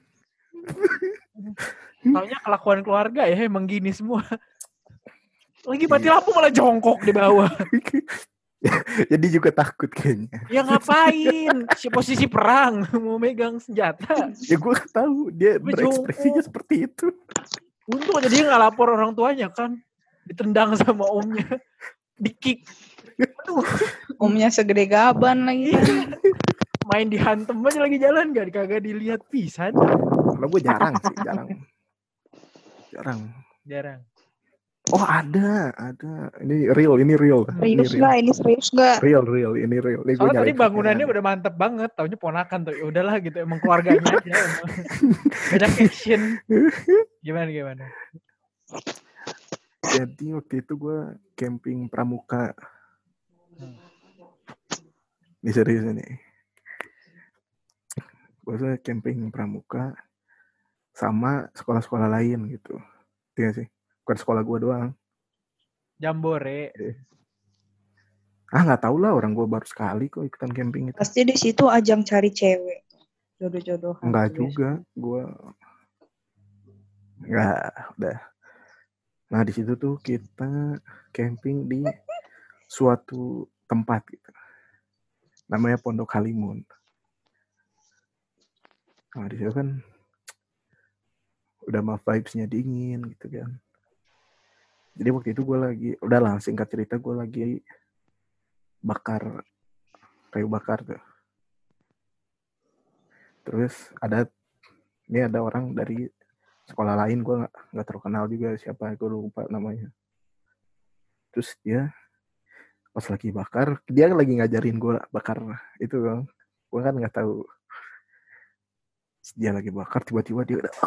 Taunya kelakuan keluarga ya emang gini semua. Lagi mati lampu malah jongkok di bawah. Jadi juga takut kayaknya. Ya ngapain? Si posisi perang mau megang senjata. Ya gue gak tahu dia berekspresinya seperti itu. Untung aja dia nggak lapor orang tuanya kan. Ditendang sama omnya. Di-kick. Aduh. Omnya segede gaban lagi kan. Main dihantem aja lagi jalan kagak dilihat pisan. Kalau gue jarang sih, jarang. Oh ada. Ini real. Serius gak? Real, ini real. Ini soalnya tadi bangunannya udah mantep banget, taunya ponakan tuh. Ya udahlah gitu, emang keluarganya aja. Beda passion. Gimana? Jadi waktu itu gue camping pramuka. Ini serius ini. Gue camping pramuka sama sekolah-sekolah lain gitu. Iya sih. Bukan sekolah gue doang. Jambore. Nggak tahu lah, orang gue baru sekali kok ikutan camping itu. Pasti di situ ajang cari cewek. Jodoh-jodohan. Enggak juga, gue udah. Nah di situ tuh kita camping di suatu tempat gitu. Namanya Pondok Halimun. Nah di situ kan udah mah vibes-nya dingin gitu kan. Jadi waktu itu gue lagi, udahlah singkat cerita gue lagi kayu bakar tuh. Terus ada orang dari sekolah lain, gue nggak terkenal juga siapa, gue lupa namanya. Terus dia pas lagi bakar, dia lagi ngajarin gue bakar itu kan, gue kan nggak tahu. Dia lagi bakar, tiba-tiba dia udah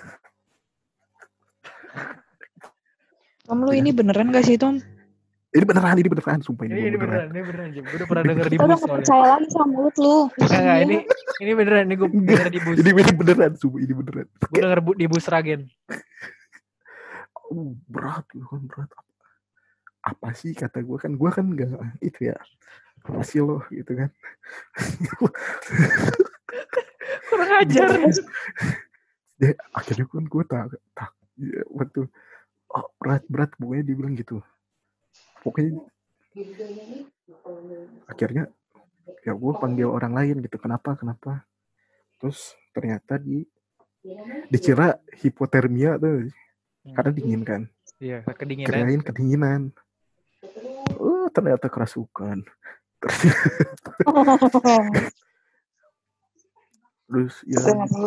Tom, lu ini beneran gak sih, Tom? Ini beneran, sumpah ini beneran. Gue udah pernah denger di Kita bus udah soalnya. percaya lagi sama mulut lu. Enggak, ini beneran, ini gue denger di bus. Ini beneran, sumpah ini beneran. Gue denger di bus Ragen. Berat. Apa sih kata gue kan nggak itu ya. Apa sih lo gitu kan. Kurang ajar. Akhirnya kan gue tak waktu berat pokoknya dia bilang gitu. Pokoknya akhirnya ya gue panggil orang lain gitu, kenapa terus ternyata dikira hipotermia tuh karena dingin kan. Iya, kedinginan. Kirain kedinginan. Ternyata kerasukan. Terus ya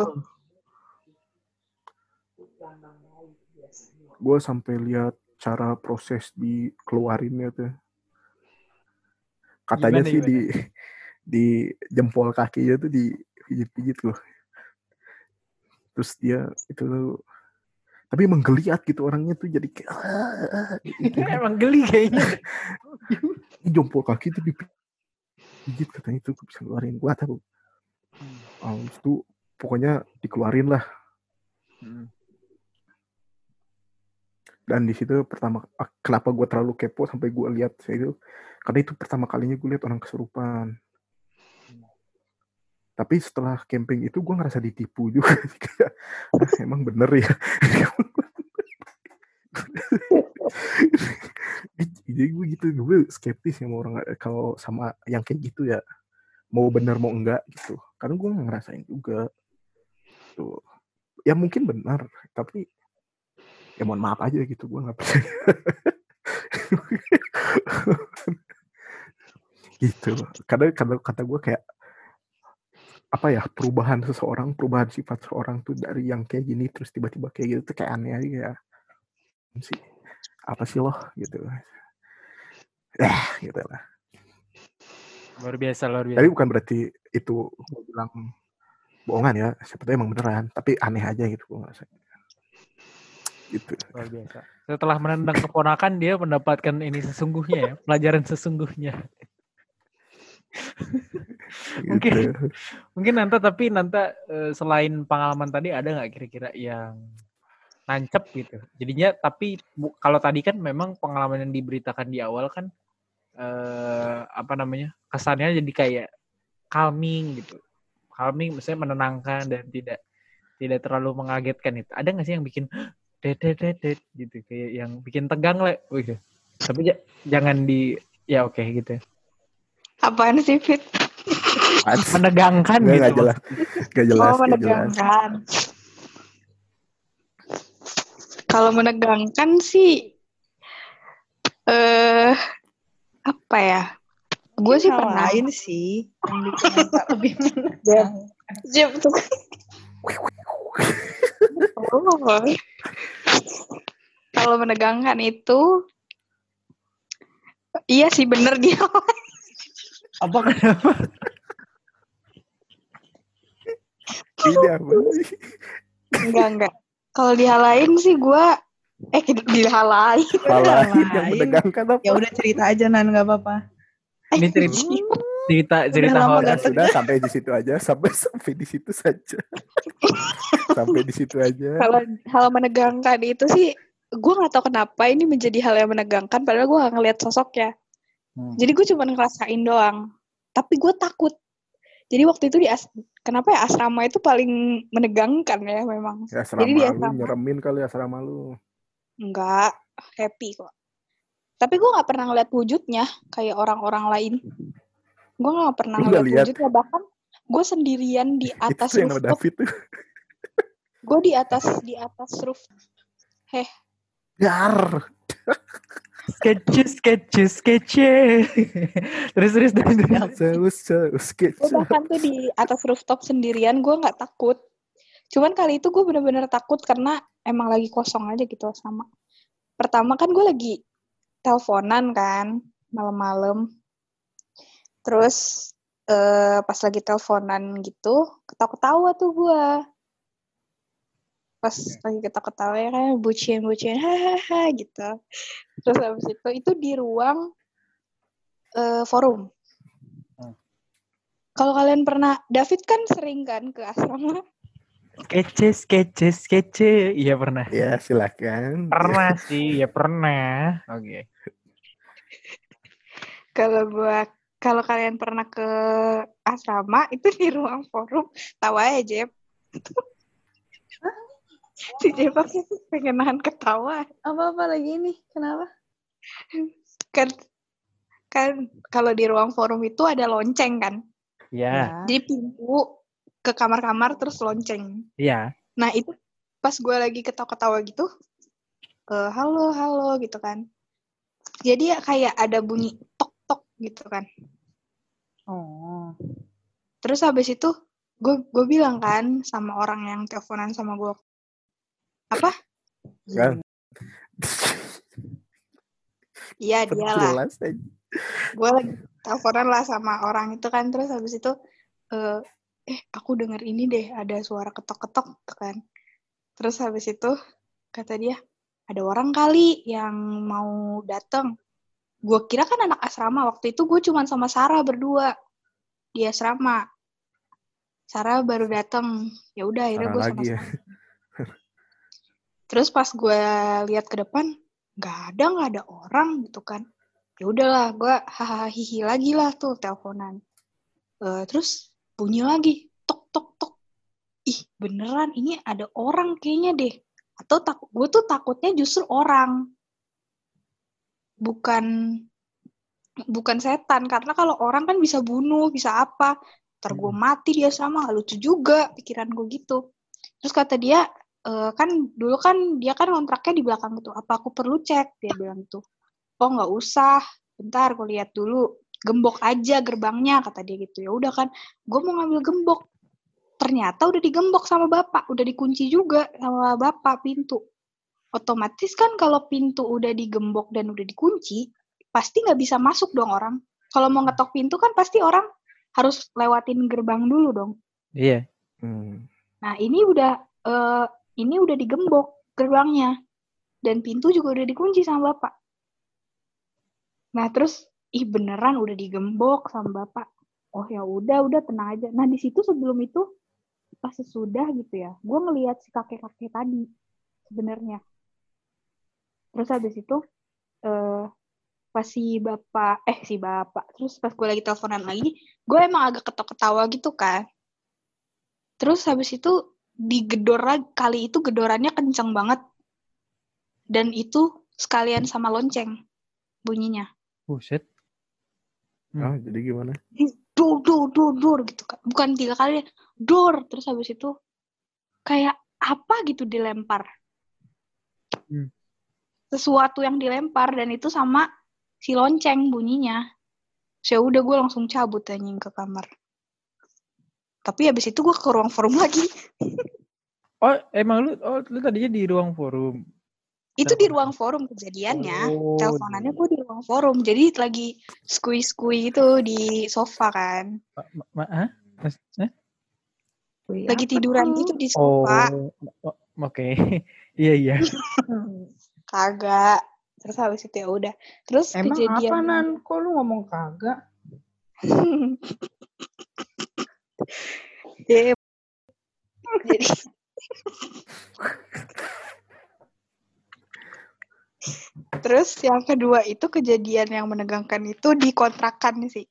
gue sampai lihat cara proses dikeluarinnya tuh. Katanya Gimana? sih di jempol kakinya tuh dipijit loh. Terus dia itu tapi emang geliat gitu orangnya tuh, jadi kayak gitu. Emang geli kayaknya. Jempol kaki tuh dipijit katanya itu bisa keluarin. Gua tahu. Itu pokoknya dikeluarin lah. Dan di situ pertama, kenapa gue terlalu kepo sampai gue lihat itu, karena itu pertama kalinya gue lihat orang kesurupan. Tapi setelah camping itu gue ngerasa ditipu juga. Emang bener ya. Jadi gue gitu, gue skeptis sama orang kalau sama yang kayak gitu ya, mau bener mau enggak gitu. Karena gue nggak ngerasain juga. Tuh. Ya mungkin benar, tapi ya mohon maaf aja gitu, gue nggak percaya. Gitu. Kadang kata gue kayak apa ya, perubahan sifat seseorang tuh dari yang kayak gini terus tiba-tiba kayak gitu tuh kayak aneh aja ya. Sih apa sih loh gitu. Gitu lah. Luar biasa. Tapi bukan berarti itu gue bilang bohongan ya, siapa tahu emang beneran, tapi aneh aja gitu gue ngerasa. Gitu. Luar biasa. Setelah menendang keponakan, dia mendapatkan ini sesungguhnya ya, pelajaran sesungguhnya. Mungkin Nanta selain pengalaman tadi ada nggak kira-kira yang nancep gitu. Jadinya tapi kalau tadi kan memang pengalaman yang diberitakan di awal kan kesannya jadi kayak calming gitu. Calming maksudnya menenangkan dan tidak terlalu mengagetkan itu. Ada nggak sih yang bikin det gitu kayak yang bikin tegang lah. Tapi jangan ya oke gitu. Apaan sih, Fit? Menegangkan gitu. Gak jelas. Menegangkan. Kalau menegangkan sih apa ya? Gue sih pernah lain sih yang bikin lebih menegangkan. Kalau menegangkan itu iya sih bener dia. Apa kenapa? Ini apa sih? Enggak. Kalau dihalain sih gue dihalain. Halain yang menegangkan apa? Ya udah cerita aja Nan, nggak apa-apa. Ini cerita horor. Sudah sampai di situ aja, sampai di situ saja. Sampai di situ aja. Kalau hal menegangkan itu sih gue nggak tahu kenapa ini menjadi hal yang menegangkan padahal gue nggak ngeliat sosoknya. Jadi gue cuma ngerasain doang. Tapi gue takut. Jadi waktu itu kenapa ya asrama itu paling menegangkan ya memang. Ya, asrama jadi di asrama lu nyeremin kali asrama lu. Enggak, happy kok. Tapi gue nggak pernah ngeliat wujudnya kayak orang-orang lain. Gue nggak pernah ngeliat wujudnya, bahkan gue sendirian di atas itu rooftop. Gue di atas roof. Yar. Sketches. Terus. Gue bahkan tuh di atas rooftop sendirian, gue nggak takut. Cuman kali itu gue bener-bener takut karena emang lagi kosong aja gitu sama. Pertama kan gue lagi teleponan kan malam-malam. Terus pas lagi teleponan gitu ketawa-ketawa tuh gue. Pas lagi ketawa-ketawa ya kan bucin hahaha gitu. Terus habis itu di ruang forum. Kalau kalian pernah, David kan sering kan ke asrama? Sketches. Iya pernah. Ya silakan. Pernah sih, ya pernah. Oke. Kalau kalian pernah ke asrama itu di ruang forum, tawa aja Jeb. Si Jeb pengen nahan ketawa. Apa lagi nih? Kenapa? Kan kalau di ruang forum itu ada lonceng kan? Iya. Jadi pintu ke kamar-kamar terus lonceng. Iya. Nah itu pas gue lagi ketawa-ketawa gitu, halo gitu kan. Jadi ya kayak ada bunyi tok gitu kan. Oh. Terus habis itu gue bilang kan sama orang yang teleponan sama gue. Apa? Kan? Iya dia lah. Gue lagi teleponan lah sama orang itu kan. Terus habis itu aku dengar ini deh ada suara ketok-ketok kan. Terus habis itu kata dia ada orang kali yang mau datang. Gue kira kan anak asrama, waktu itu gue cuma sama Sarah berdua di asrama. Sarah baru datang, ya udah akhirnya gue sama Sarah. Ya. Terus pas gue lihat ke depan nggak ada orang gitu kan. Ya udahlah gue hahaha hihi lagi lah tuh teleponan. Terus bunyi lagi tok. Ih beneran ini ada orang kayaknya deh. Atau gue tuh takutnya justru orang. Bukan setan. Karena kalau orang kan bisa bunuh, bisa apa. Ntar gue mati dia sama, gak lucu juga pikiran gue gitu. Terus kata dia, kan dulu kan dia kan kontraknya di belakang gitu. Apa aku perlu cek? Dia bilang gitu. Oh nggak usah, bentar aku lihat dulu. Gembok aja gerbangnya kata dia gitu. Ya udah kan, gue mau ngambil gembok. Ternyata udah digembok sama bapak, udah dikunci juga sama bapak pintu. Otomatis kan kalau pintu udah digembok dan udah dikunci, pasti nggak bisa masuk dong orang. Kalau mau ngetok pintu kan pasti orang harus lewatin gerbang dulu dong. Iya. Nah ini udah digembok gerbangnya dan pintu juga udah dikunci sama bapak. Nah terus beneran udah digembok sama bapak. Oh ya udah tenang aja. Nah di situ sebelum itu pas sesudah gitu ya, gue ngelihat si kakek-kakek tadi sebenarnya. Terus habis itu pas si bapak, terus pas gue lagi teleponan lagi, gue emang agak ketawa gitu kan. Terus habis itu digedor lagi, kali itu gedorannya kenceng banget. Dan itu sekalian sama lonceng bunyinya. Buset. Oh, jadi gimana? Dor gitu kan. Bukan 3 kali, dor. Terus habis itu kayak apa gitu dilempar. Sesuatu yang dilempar dan itu sama si lonceng bunyinya. So udah gue langsung cabut anjing ke kamar. Tapi habis itu gue ke ruang forum lagi. Oh, emang lu tadinya di ruang forum? Itu di ruang forum kejadiannya. Teleponannya gue di ruang forum. Jadi lagi skui gitu di sofa kan. Lagi tiduran gitu di sofa. Oke. Iya. Kagak. Terus habis itu ya udah. Terus emang kejadian apa Nan? Kok lu ngomong kagak? Jadi terus yang kedua itu kejadian yang menegangkan itu di kontrakan sih.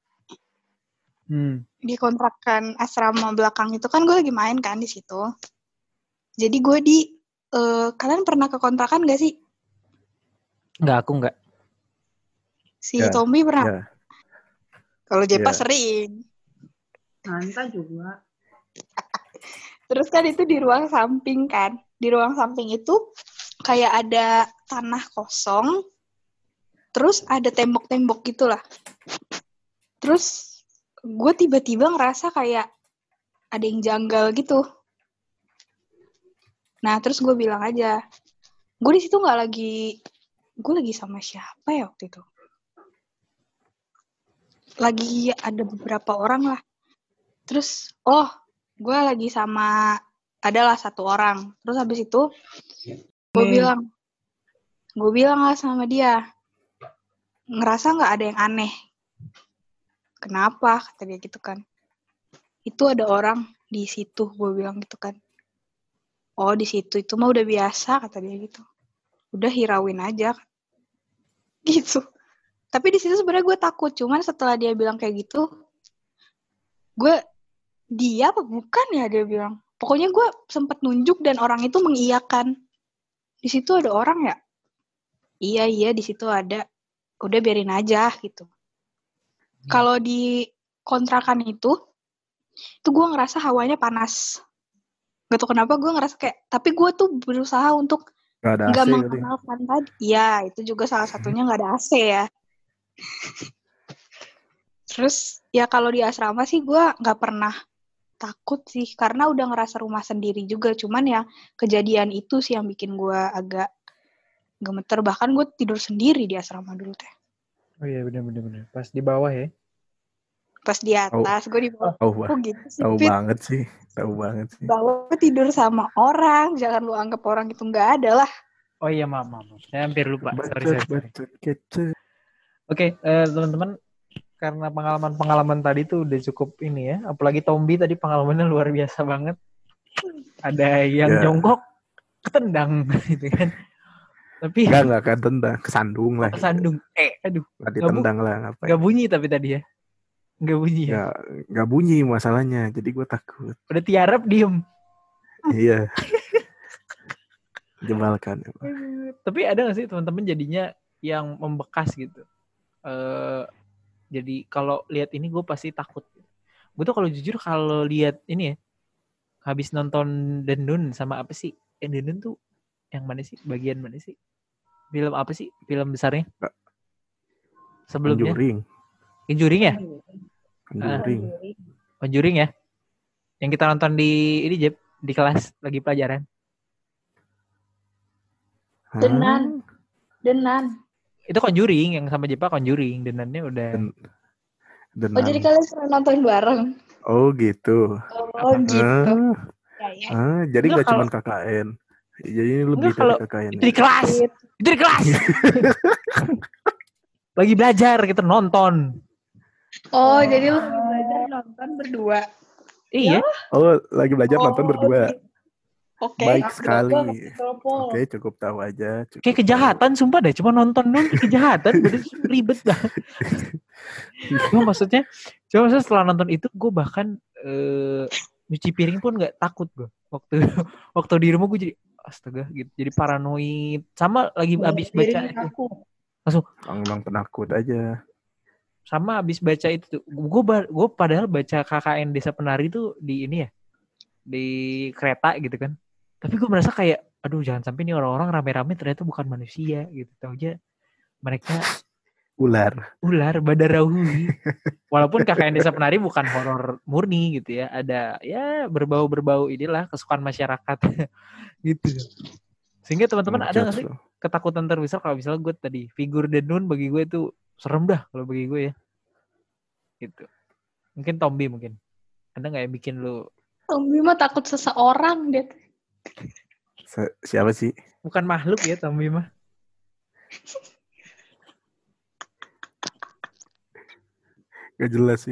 Di kontrakan asrama belakang itu kan gue lagi main kan di situ. Jadi gue kalian pernah ke kontrakan gak sih? Enggak, aku enggak. Si Tommy pernah? Ya. Kalau Jepa sering. Nanta juga. Terus kan itu di ruang samping kan. Di ruang samping itu kayak ada tanah kosong. Terus ada tembok-tembok gitulah. Terus gue tiba-tiba ngerasa kayak ada yang janggal gitu. Nah terus gue bilang aja, gue di situ gue lagi sama siapa ya waktu itu? Lagi ada beberapa orang lah. Terus, gue lagi adalah 1 orang. Terus habis itu, gue bilang lah sama dia, ngerasa nggak ada yang aneh? Kenapa? Kata dia gitu kan. Itu ada orang di situ, gue bilang gitu kan. Oh di situ itu mah udah biasa, kata dia gitu. Udah hirauin aja, gitu. Tapi di situ sebenarnya gue takut, cuman setelah dia bilang kayak gitu, dia apa bukan ya dia bilang. Pokoknya gue sempat nunjuk dan orang itu mengiyakan. Di situ ada orang ya? Iya di situ ada. Udah biarin aja gitu. Kalau di kontrakan itu gue ngerasa hawanya panas. Gak tau kenapa gue ngerasa kayak, tapi gue tuh berusaha untuk nggak mengenalkan tadi. Iya, itu juga salah satunya nggak ada AC ya. Terus ya kalau di asrama sih gue nggak pernah takut sih, karena udah ngerasa rumah sendiri juga. Cuman ya kejadian itu sih yang bikin gue agak gemeter. Bahkan gue tidur sendiri di asrama dulu teh. Oh iya benar. Pas di bawah ya? Pas di atas, gue di bawah. Kok gitu sih? Tahu banget sih. Bawah tidur sama orang, jangan lu anggap orang itu nggak ada lah. Oh iya maaf. Saya hampir lupa. Sorry. Oke, teman-teman. Karena pengalaman tadi tuh udah cukup ini ya. Apalagi Tombi tadi pengalamannya luar biasa banget. Ada yang jongkok, ketendang gitu kan. Tapi enggak ketendang, kesandung lah. Kesandung. Aduh. Enggak ditendang lah, ngapain. Enggak bunyi tapi tadi ya. Enggak bunyi ya. Enggak bunyi masalahnya. Jadi gue takut. Udah tiarap diem. Iya. Jebalkan. Tapi ada enggak sih teman-teman jadinya yang membekas gitu? Jadi kalau lihat ini gue pasti takut. Gue tuh kalau jujur kalau lihat ini ya, habis nonton Denun sama apa sih? Denun tuh yang mana sih? Bagian mana sih? Film apa sih? Film besarnya? Sebelumnya? Conjuring ya? Conjuring ya? Yang kita nonton di ini Jeb, di kelas lagi pelajaran. Denan. Itu Conjuring yang sama Jepa Conjuring, Denannya udah. Oh jadi kalian pernah nonton bareng? Oh gitu. Oh gitu. Jadi nggak cuma KKN. Jadi ini lebih dari KKN. Itu di kelas. Itu di kelas. Lagi belajar kita nonton. Oh jadi lu lagi belajar nonton berdua. Iya. Oh lagi belajar nonton berdua. Oke. Baik sekali. Oke, cukup tahu aja. Kayak kejahatan, sumpah deh. Cuma nonton dong, kejahatan. Bener ribet banget. Cuma maksudnya setelah nonton itu, gue bahkan nyuci piring pun nggak takut gue. Waktu di rumah gue jadi, astaga gitu. Jadi paranoid. Sama lagi abis baca itu. Langsung. Emang penakut aja. Sama abis baca itu. Gue padahal baca KKN Desa Penari itu di ini ya. Di kereta gitu kan. Tapi gue merasa kayak, aduh jangan sampai nih orang-orang rame-rame ternyata bukan manusia gitu. Tahu aja mereka ular Badarahui. Walaupun KKN Desa Penari bukan horor murni gitu ya. Ada ya berbau-berbau inilah kesukaan masyarakat gitu. Sehingga teman-teman ada nggak sih ketakutan terbesar kalau misalnya gue tadi figur Denun bagi gue itu serem dah kalau bagi gue ya. Gitu. Mungkin Tombi mungkin. Ada nggak yang bikin lu? Tombi mah takut seseorang dia. Siapa sih? Bukan makhluk ya Tombi mah. Gak jelas.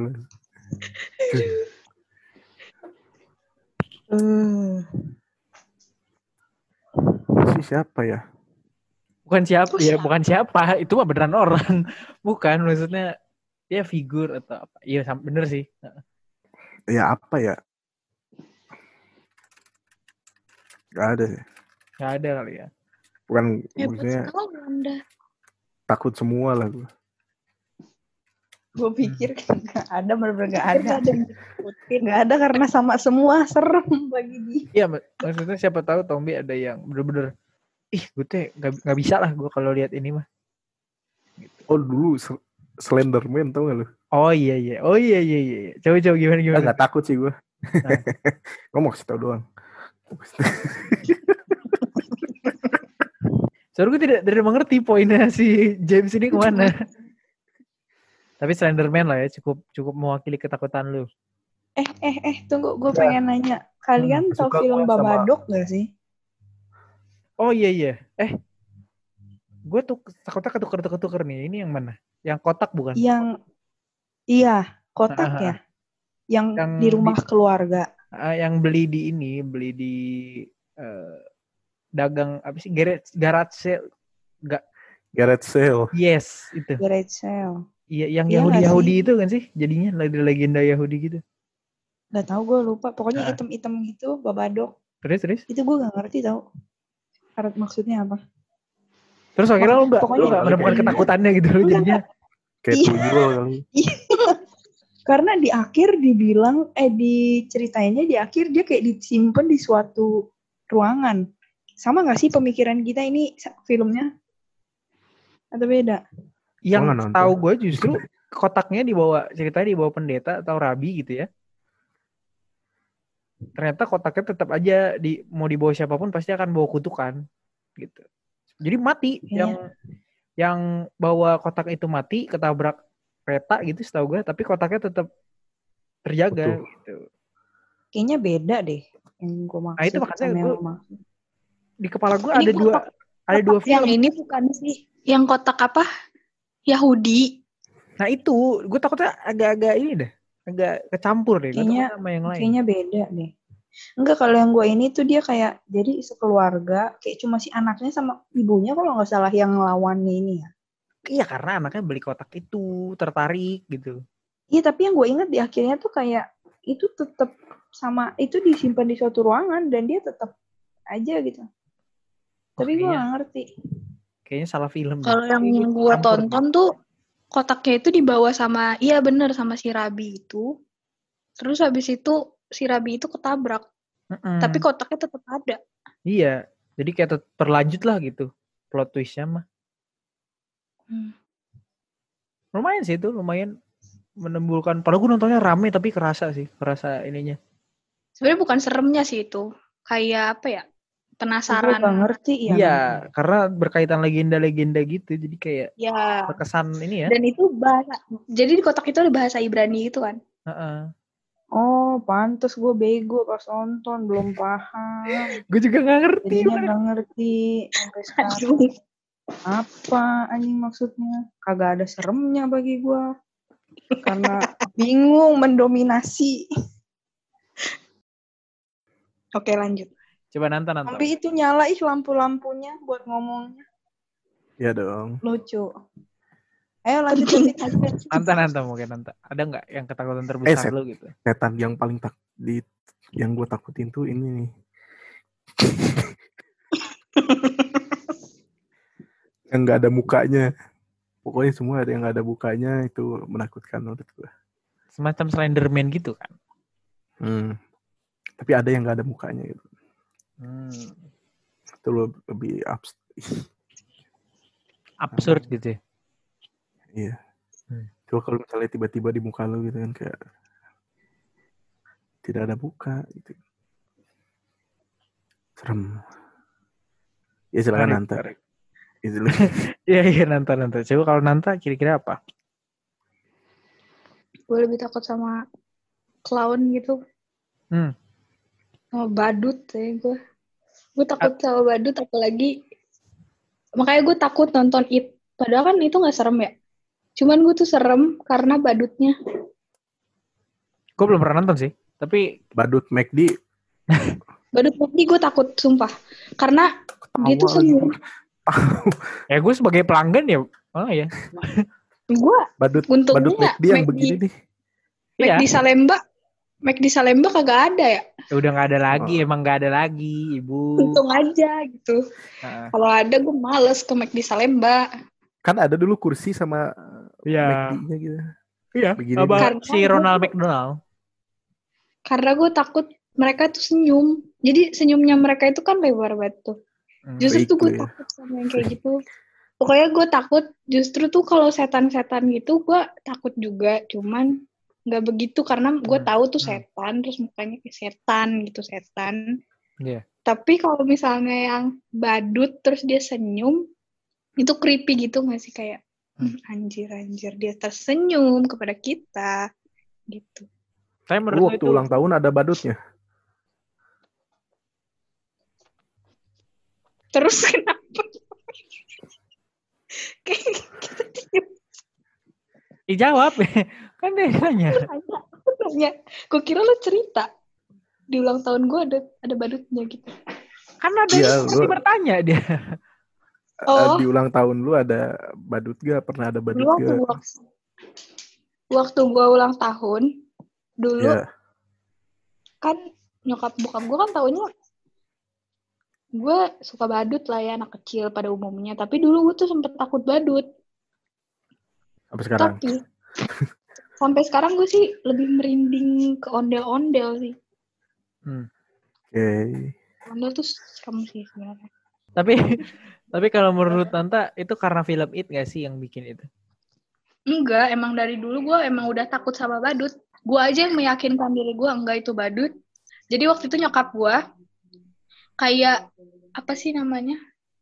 Siapa ya? Bukan siapa. Itu mah beneran orang. Bukan, maksudnya ya figur atau apa. Iya bener sih. Ya apa ya? Gak ada sih. Gak ada kali ya. Bukan maksudnya takut semua lah gue. Gue pikir gak ada, bener-bener gak ada. Gak ada karena sama semua serem bagi dia. Iya maksudnya siapa tahu Tombi ada yang bener-bener gue tuh gak bisa lah gue kalau lihat ini mah. Gitu. Oh dulu Slenderman tau gak lu? Oh iya. Coba gimana? Gak takut sih gue. Gue mau kasih tau doang. Soalnya gue tidak mengerti poinnya si James ini kemana. Tapi Slenderman lah ya cukup mewakili ketakutan lu. Tunggu, gue pengen nanya. Kalian tau film Babadook gak sih? Oh iya. Gue tuh takutnya ketuker nih. Ini yang mana? Yang kotak bukan? Iya, kotak ya. Yang di rumah keluarga. Yang beli di dagang apa sih? Garage sale. Garage sale. Yes, itu. Garage sale. Iya, yang Yahudi itu kan sih? Jadinya legenda Yahudi gitu. Gak tahu, gue lupa. Pokoknya item-item gitu, Babadook. Terus? Itu gue gak ngerti tau. Maksudnya apa? Terus akhirnya lu gak menemukan ketakutannya gitu loh jadinya. Kayak tuyul kali. Karena di akhir dibilang, diceritainnya di akhir dia kayak disimpan di suatu ruangan. Sama gak sih pemikiran kita ini filmnya? Atau beda? Yang tahu gue justru kotaknya ceritanya dibawa pendeta atau rabi gitu ya. Ternyata kotaknya tetap aja mau dibawa siapapun pasti akan bawa kutukan gitu. Jadi mati yang bawa kotak itu mati ketabrak kereta gitu setahu gue, tapi kotaknya tetap terjaga. Gitu. Kayaknya beda deh yang gue maksud. Nah itu makanya gue di kepala gue ada dua film. Yang ini bukan sih yang kotak apa? Yahudi. Nah itu gue takutnya agak-agak ini deh, agak kecampur deh. Kayaknya sama yang lain. Kayaknya beda deh. Enggak, kalau yang gue ini tuh dia kayak jadi sekeluarga, kayak cuma si anaknya sama ibunya kalau nggak salah yang ngelawannya ini ya. Iya karena anaknya beli kotak itu tertarik gitu. Iya tapi yang gue ingat di akhirnya tuh kayak itu tetap sama itu disimpan di suatu ruangan dan dia tetap aja gitu. Tapi gue nggak ngerti. Kayaknya salah film. Kalau yang gue tonton tuh kotaknya itu dibawa sama, iya bener sama si Rabi itu. Terus habis itu si Rabi itu ketabrak. Mm-mm. Tapi kotaknya tetap ada. Iya, jadi kayak berlanjut lah gitu plot twistnya mah. Lumayan sih itu, lumayan menimbulkan. Padahal gue nontonnya rame tapi kerasa ininya. Sebenarnya bukan seremnya sih itu. Kayak apa ya? Gue Penasaran. gak ngerti ya. Iya, karena berkaitan legenda-legenda gitu, jadi kayak Ya. terkesan ini ya. Dan itu bahasa. Jadi di kotak itu ada bahasa Ibrani gitu kan. Heeh. Oh, pantes gue bego pas nonton, belum paham. Gue juga nggak ngerti. Jadinya gak ngerti sampai sekarang. Aduh. Apa anjing maksudnya? Kagak ada seremnya bagi gue. Karena bingung mendominasi. Oke, lanjut. Coba nonton. Sampai itu nyala lampu-lampunya buat ngomongnya. Ya dong. Lucu. Ayo lanjut. Nonton mungkin nonton. Ada nggak yang ketakutan terbesar lu gitu? Setan yang paling yang gue takutin tuh ini nih. Yang nggak ada mukanya. Pokoknya semua ada yang nggak ada mukanya itu menakutkan menurut gue. Semacam Slenderman gitu kan? Tapi ada yang nggak ada mukanya gitu. Itu lebih absurd gitu ya? Iya. Coba kalau misalnya tiba-tiba di muka lu gitu kan kayak tidak ada muka gitu. Serem. Ya silakan Nanta. Iya nonton. Coba kalau Nanta kira-kira apa? Gue lebih takut sama clown gitu. Sama badut ya gue. Gue takut sama badut apalagi. Makanya gue takut nonton It. Padahal kan itu gak serem ya. Cuman gue tuh serem karena badutnya. Gue belum pernah nonton sih. Tapi badut McD. Badut McD gue takut sumpah. Karena dia tuh senyum. Ya gue sebagai pelanggan ya. Oh ya. Gue badut McD yang begini nih. McD Salemba kagak ada ya? Udah gak ada lagi, emang gak ada lagi, Ibu. Untung aja gitu. Kalau ada gue males ke McD Salemba. Kan ada dulu kursi sama McD-nya gitu. Iya, si Ronald McDonald. Karena gue takut mereka tuh senyum. Jadi senyumnya mereka itu kan lebar banget tuh. Justru tuh gue takut sama yang kayak gitu. Pokoknya gue takut justru tuh kalau setan-setan gitu gue takut juga. Cuman nggak begitu karena gue tahu tuh setan terus mukanya kayak setan gitu setan. Yeah. Tapi kalau misalnya yang badut terus dia senyum itu creepy gitu nggak sih kayak anjir dia tersenyum kepada kita gitu. Saya waktu itu ulang tahun ada badutnya. Terus kenapa? Dijawab kan dia nanya. Gue kira lo cerita di ulang tahun gue ada badutnya gitu. Kan ada yang bertanya dia. Di ulang tahun lu ada badut gak? Pernah ada badut gak? Waktu gue ulang tahun dulu kan nyokap bokap gue kan taunya gue suka badut lah ya anak kecil pada umumnya. Tapi dulu gue tuh sempet takut badut. Sampai sekarang? Tapi sampai sekarang gue sih lebih merinding ke ondel-ondel sih. Oke. Ondel tuh serem sih sebenarnya. Tapi kalau menurut Tanta itu karena film It gak sih yang bikin itu? Enggak, emang dari dulu gue emang udah takut sama badut. Gue aja yang meyakinkan diri gue enggak itu badut. Jadi waktu itu nyokap gue kayak apa sih namanya?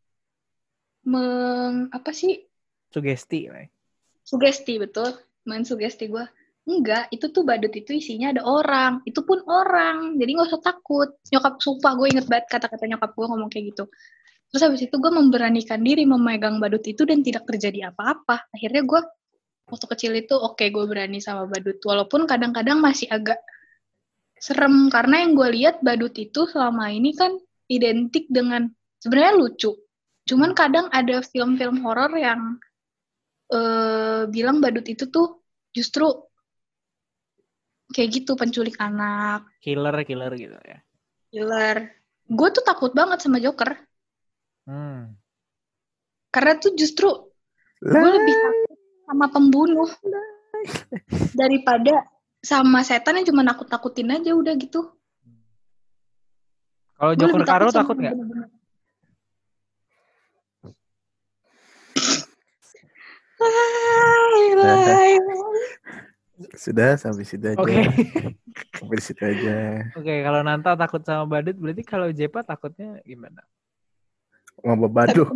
Sugesti. Sugesti betul. Mensugesti gue. Enggak, itu tuh badut itu isinya ada orang. Itu pun orang. Jadi gak usah takut. Nyokap sumpah gue inget banget kata-kata nyokap gue ngomong kayak gitu. Terus habis itu gue memberanikan diri memegang badut itu dan tidak terjadi apa-apa. Akhirnya gue waktu kecil itu gue berani sama badut. Walaupun kadang-kadang masih agak serem. Karena yang gue lihat badut itu selama ini kan identik dengan sebenarnya lucu. Cuman kadang ada film-film horor yang bilang badut itu tuh justru kayak gitu, penculik anak. Killer gitu ya. Killer. Gue tuh takut banget sama Joker. Karena tuh justru gue lebih takut sama pembunuh daripada sama setan yang cuma nakut-nakutin aja udah gitu. Kalau Gue Joker lebih Karo takut sama takut nggak? bener-bener. Sudah sampai situ aja. Oke. Sampai situ aja. Oke, kalau Nanta takut sama badut, berarti kalau Jepa takutnya gimana? Ngomong baduk.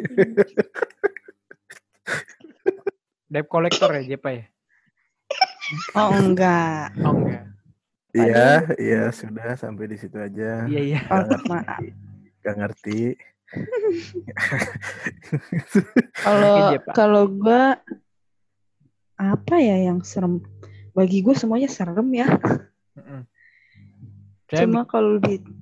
Debt collector ya Jepa ya? Oh enggak. Oh enggak. Iya, sudah sampai di situ aja. Iya. Oh, Gak ngerti. maaf. Gak ngerti. Kalau gue apa ya yang serem? Bagi gue semuanya serem ya. Cuma kalau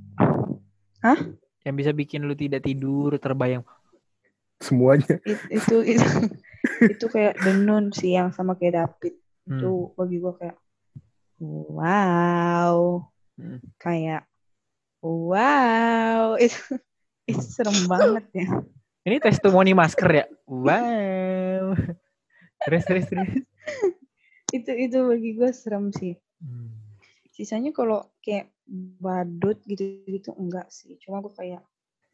yang bisa bikin lu tidak tidur, terbayang semuanya. Itu kayak The Nun sih yang sama kayak David. Itu bagi gue kayak wow. Kayak wow. Itu serem banget ya. Ini testimoni masker ya? Wow. Terus. Itu bagi gue serem sih. Sisanya kalau kayak badut gitu enggak sih. Cuma gue kayak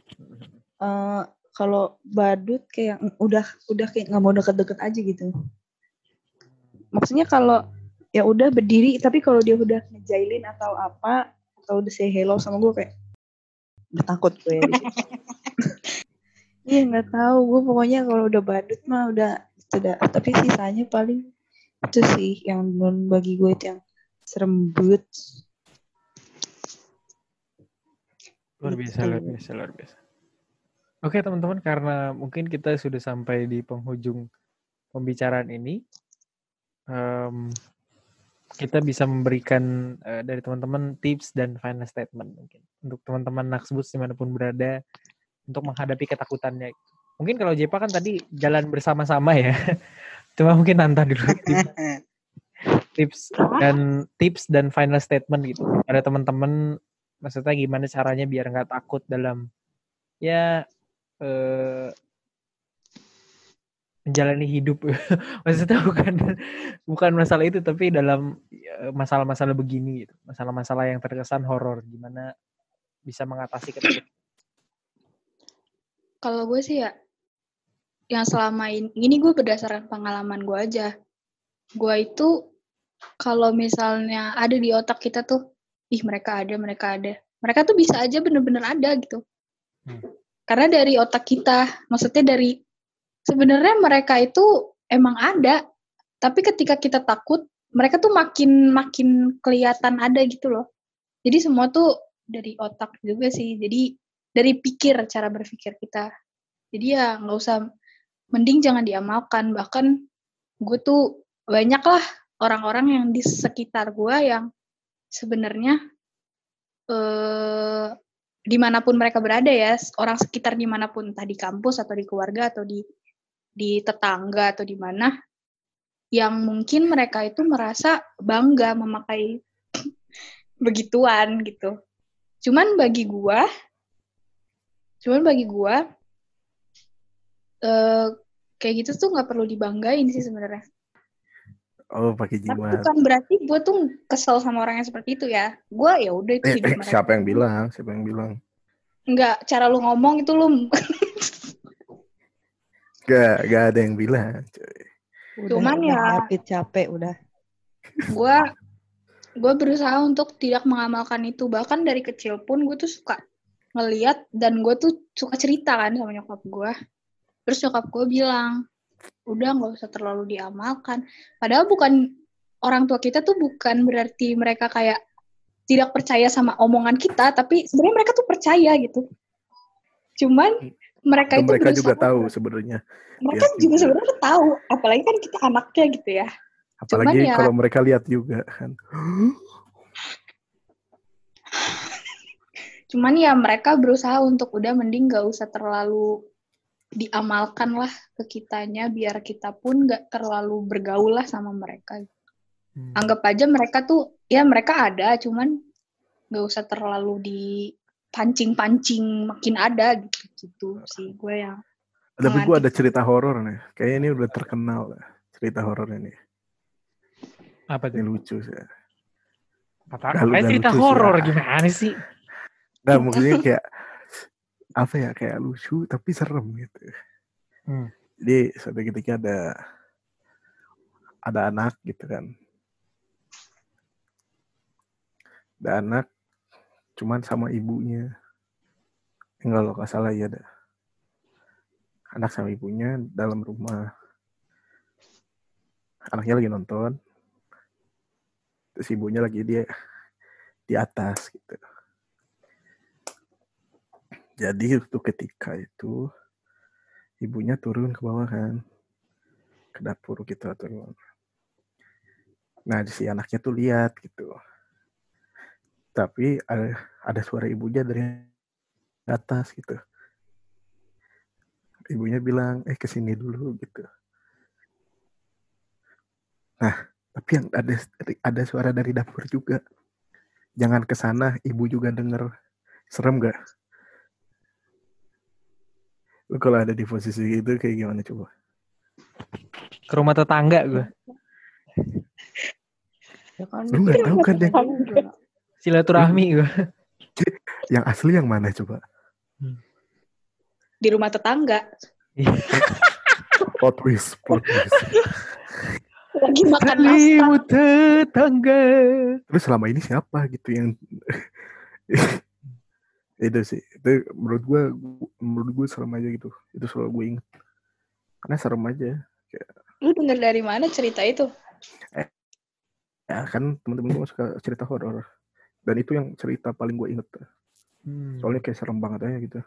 kalau badut kayak udah kayak nggak mau deket-deket aja gitu. Maksudnya kalau ya udah berdiri, tapi kalau dia udah ngejailin atau apa atau udah say hello sama gue kayak udah takut gue ya. Iya nggak tahu, gue pokoknya kalau udah badut mah udah. Tapi sisanya paling itu sih yang bagi gue itu yang serem banget. Luar biasa. Oke teman-teman, karena mungkin kita sudah sampai di penghujung pembicaraan ini, kita bisa memberikan dari teman-teman tips dan final statement mungkin untuk teman-teman Naksbus dimanapun berada untuk menghadapi ketakutannya. Mungkin kalau Jepa kan tadi jalan bersama-sama ya, cuma mungkin Nanta dulu tips dan final statement gitu. Ada teman-teman, maksudnya gimana caranya biar nggak takut dalam ya menjalani hidup. Maksudnya bukan masalah itu, tapi dalam masalah-masalah begini gitu. Masalah-masalah yang terkesan horor, gimana bisa mengatasi ketakutan. Kalau gue sih ya, yang selama ini gue berdasarkan pengalaman gue aja. Gue itu kalau misalnya ada di otak kita tuh, mereka ada. Mereka tuh bisa aja bener-bener ada gitu. Karena dari otak kita, maksudnya dari sebenarnya mereka itu emang ada, tapi ketika kita takut, mereka tuh makin kelihatan ada gitu loh. Jadi semua tuh dari otak juga sih. Jadi dari cara berpikir kita. Jadi ya nggak usah, mending jangan diamalkan. Bahkan gue tuh banyak lah orang-orang yang di sekitar gue yang sebenarnya dimanapun mereka berada ya, orang sekitar dimanapun, entah di kampus atau di keluarga atau di tetangga atau di mana, yang mungkin mereka itu merasa bangga memakai begituan gitu. Cuman bagi gua kayak gitu tuh nggak perlu dibanggain sih sebenarnya. Oh, pakai jimat. Tapi bukan berarti gue tuh kesel sama orang yang seperti itu ya. Gue ya udah itu hidup mereka. Siapa yang bilang? Enggak, cara lu ngomong itu lu. Gak ada yang bilang. Cuman ya capek udah. Gue berusaha untuk tidak mengamalkan itu. Bahkan dari kecil pun gue tuh suka ngeliat dan gue tuh suka cerita kan sama nyokap gue. Terus nyokap gue bilang, udah nggak usah terlalu diamalkan. Padahal bukan, orang tua kita tuh bukan berarti mereka kayak tidak percaya sama omongan kita, tapi sebenarnya mereka tuh percaya gitu. Cuman mereka juga tahu sebenarnya. Mereka juga sebenarnya tahu, apalagi kan kita anaknya gitu ya. Apalagi kalau mereka lihat juga kan. Cuman ya mereka berusaha untuk udah mending nggak usah terlalu diamalkan lah ke kitanya, biar kita pun nggak terlalu bergaul lah sama mereka. Anggap aja mereka tuh, ya mereka ada, cuman nggak usah terlalu dipancing-pancing makin ada gitu sih gue yang. Tapi gue ada cerita horor nih, kayaknya ini udah terkenal lah cerita horor ini. Apa tuh? Ini lucu sih. Katanya cerita horor gimana sih? Nggak, maksudnya kayak apa ya, kayak lucu tapi serem gitu. Jadi suatu ketika ada anak gitu kan. Ada anak cuman sama ibunya. Kalau nggak salah ya ada. Anak sama ibunya dalam rumah. Anaknya lagi nonton. Terus ibunya lagi dia di atas gitu. Jadi waktu ketika itu ibunya turun ke bawah kan, ke dapur gitu atau gimana. Nah si anaknya tuh lihat gitu. Tapi ada suara ibunya dari atas gitu. Ibunya bilang, kesini dulu gitu. Nah, tapi yang ada suara dari dapur juga. Jangan ke sana, ibu juga denger. Serem gak? Lu kalau ada di posisi itu kayak gimana coba? Ke rumah tetangga gue. Ya kan, Lu nggak tahu kan yang Silaturahmi gue. yang asli yang mana coba? Di rumah tetangga. Plot twist. Lagi makan Selimut tetangga. Terus selama ini siapa gitu yang itu sih, itu menurut gue serem aja gitu. Itu selalu gue inget karena serem aja. Kayak, Lu denger dari mana cerita itu? ya kan temen-temen gue suka cerita horor dan itu yang cerita paling gue inget. Soalnya kayak serem banget aja gitu.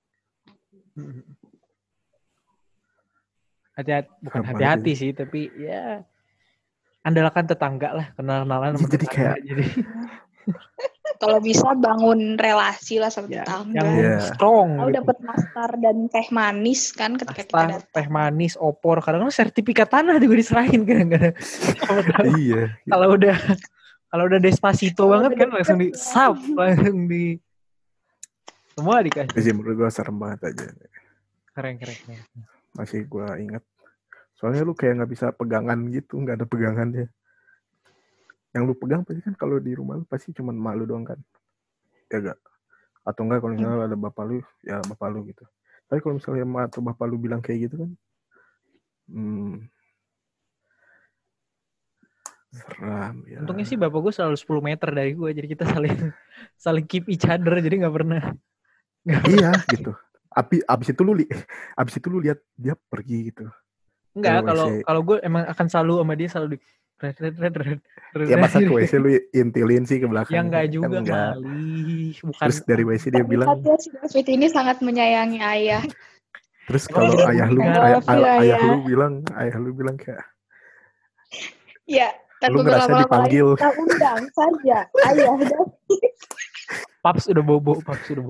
Bukan hati-hati sih, tapi ya andalkan tetangga lah, kenalan sama jadi tetangga. Kayak kalau bisa bangun relasi lah sama tetangga. Yang strong. Kalau gitu. dapat nastar dan teh manis kan ketika kita datang. Teh manis, opor, kadang-kadang sertifikat tanah juga diserahin kadang-kadang. Iya. Kalau udah despacito banget kan langsung di-sap, langsung di semua dikasih. Jadi menurut gue serem banget aja. Keren. Masih gue ingat. Soalnya lu kayak nggak bisa pegangan gitu, nggak ada pegangannya. Yang lu pegang pasti kan kalau di rumah lu pasti cuma emak lu doang kan, ya gak? Atau enggak kalau misalnya ada bapak lu, ya bapak lu gitu. Tapi kalau misalnya emak atau bapak lu bilang kayak gitu kan, seram ya. Untungnya sih bapak gue selalu 10 meter dari gue, jadi kita saling keep each other, jadi nggak pernah. Iya gitu. Abis itu lu lihat dia pergi gitu. Enggak, kalau gue emang akan selalu sama dia selalu di ya masa ke WC lu intilin sih ke belakang. Ya enggak juga, enggak. Malih. Bukan. Terus dari WC dia bilang, si David ini sangat menyayangi ayah. Terus kalau ayah lu bilang kayak, ya, lu ngerasa dipanggil. Kita undang saja ayah David. Paps udah bobo.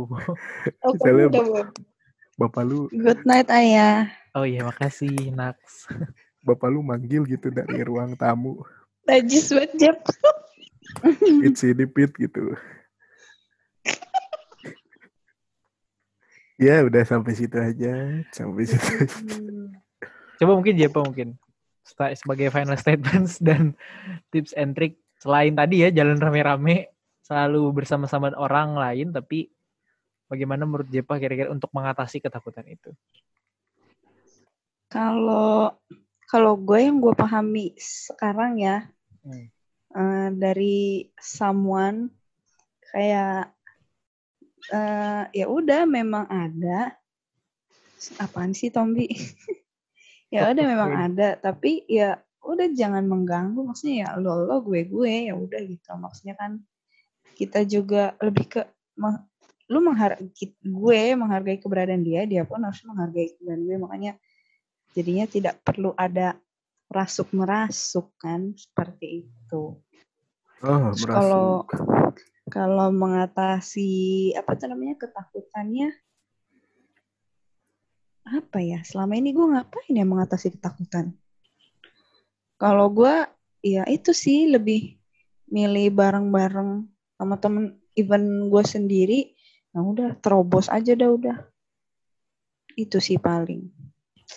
Bapak lu. Good night ayah. Oh iya, makasih Naks. Bapak lu manggil gitu dari ruang tamu. Najis banget, Jep. It's Pit gitu. Ya udah sampai situ aja. Coba mungkin Jepa sebagai final statements dan tips and trick selain tadi ya jalan rame-rame selalu bersama-sama orang lain, tapi bagaimana menurut Jepa kira-kira untuk mengatasi ketakutan itu? Kalau gue yang gue pahami sekarang ya, dari someone kayak ya udah memang ada. Apaan sih Tombi? Ya udah memang ada, tapi ya udah jangan mengganggu. Maksudnya ya lo gue ya udah gitu. Maksudnya kan kita juga lebih ke gue menghargai keberadaan dia pun harus menghargai keberadaan gue. Makanya jadinya tidak perlu ada merasuk kan, seperti itu. Terus kalau mengatasi ketakutannya apa ya? Selama ini gue ngapain ya mengatasi ketakutan? Kalau gue ya itu sih lebih milih bareng-bareng sama temen, even gue sendiri, nah udah terobos aja udah. Itu sih paling.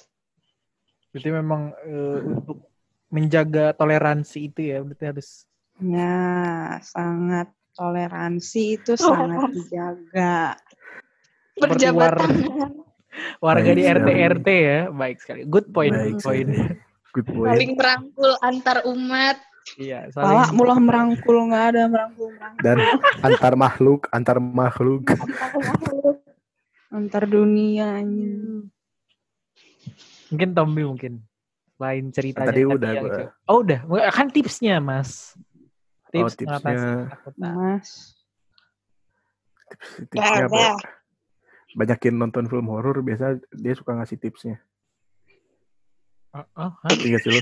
Berarti memang untuk menjaga toleransi itu ya, berarti harus Ya, sangat toleransi itu sangat dijaga. Seperti Berjabat tangan. warga Baik di RT sekali. RT ya, baik sekali. Good point, Baik good point. sekali. Good point. Saling merangkul antar umat. Iya, Malah saling mulah merangkul, nggak ada merangkul. Dan antar makhluk. Antar makhluk. Antar dunia. anjing. mungkin Tommy mungkin lain ceritanya Tadi udah yang gua. itu. Oh udah, kan tipsnya Mas. Oh, Tips mengatasi tipsnya. ketakutan. Mas. Tipsnya apa ya? Banyakin nonton film horor, biasa dia suka ngasih tipsnya. Hah? Iya sih lo.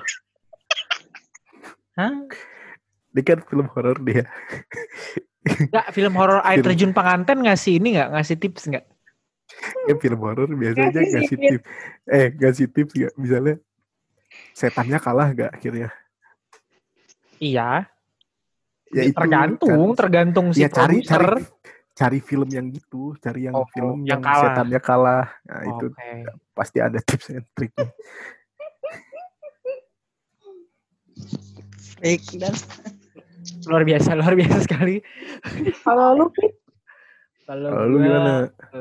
Hah? Dia kan film horor dia. Enggak, film horor air Film- terjun pengantin ngasih ini enggak? Ngasih tips enggak? Ya film horor biasanya Ngasih ngasih sipit. tips. Ngasih tips nggak? Misalnya setannya kalah nggak akhirnya? Iya. Ya itu Tergantung si ya produser. cari film yang gitu, cari yang film yang yang kalah. setannya kalah. Nah, itu Oke. pasti ada tips and triknya. Dan Luar biasa sekali. Kalau lu Pit, Kalau Kalau lu gua, gimana?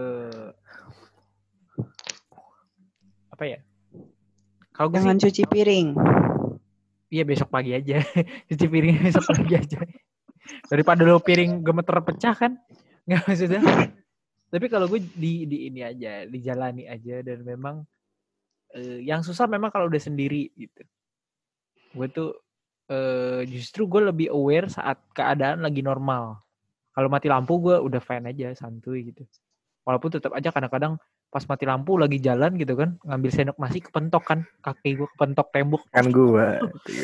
Apa ya? Kalau gue jangan sih, cuci piring. iya besok pagi aja. Cuci piringnya besok pagi aja. Daripada lo piring gemeter pecah kan? Nggak maksudnya. Tapi kalau gue di ini aja, dijalani aja. Dan memang yang susah memang kalau udah sendiri gitu. Gue tuh justru gue lebih aware saat keadaan lagi normal. Kalau mati lampu gue udah fine aja, santuy gitu. Walaupun tetap aja kadang-kadang pas mati lampu lagi jalan gitu kan, ngambil sendok nasi kepentok kan, kaki gue kepentok tembok. Kan gue.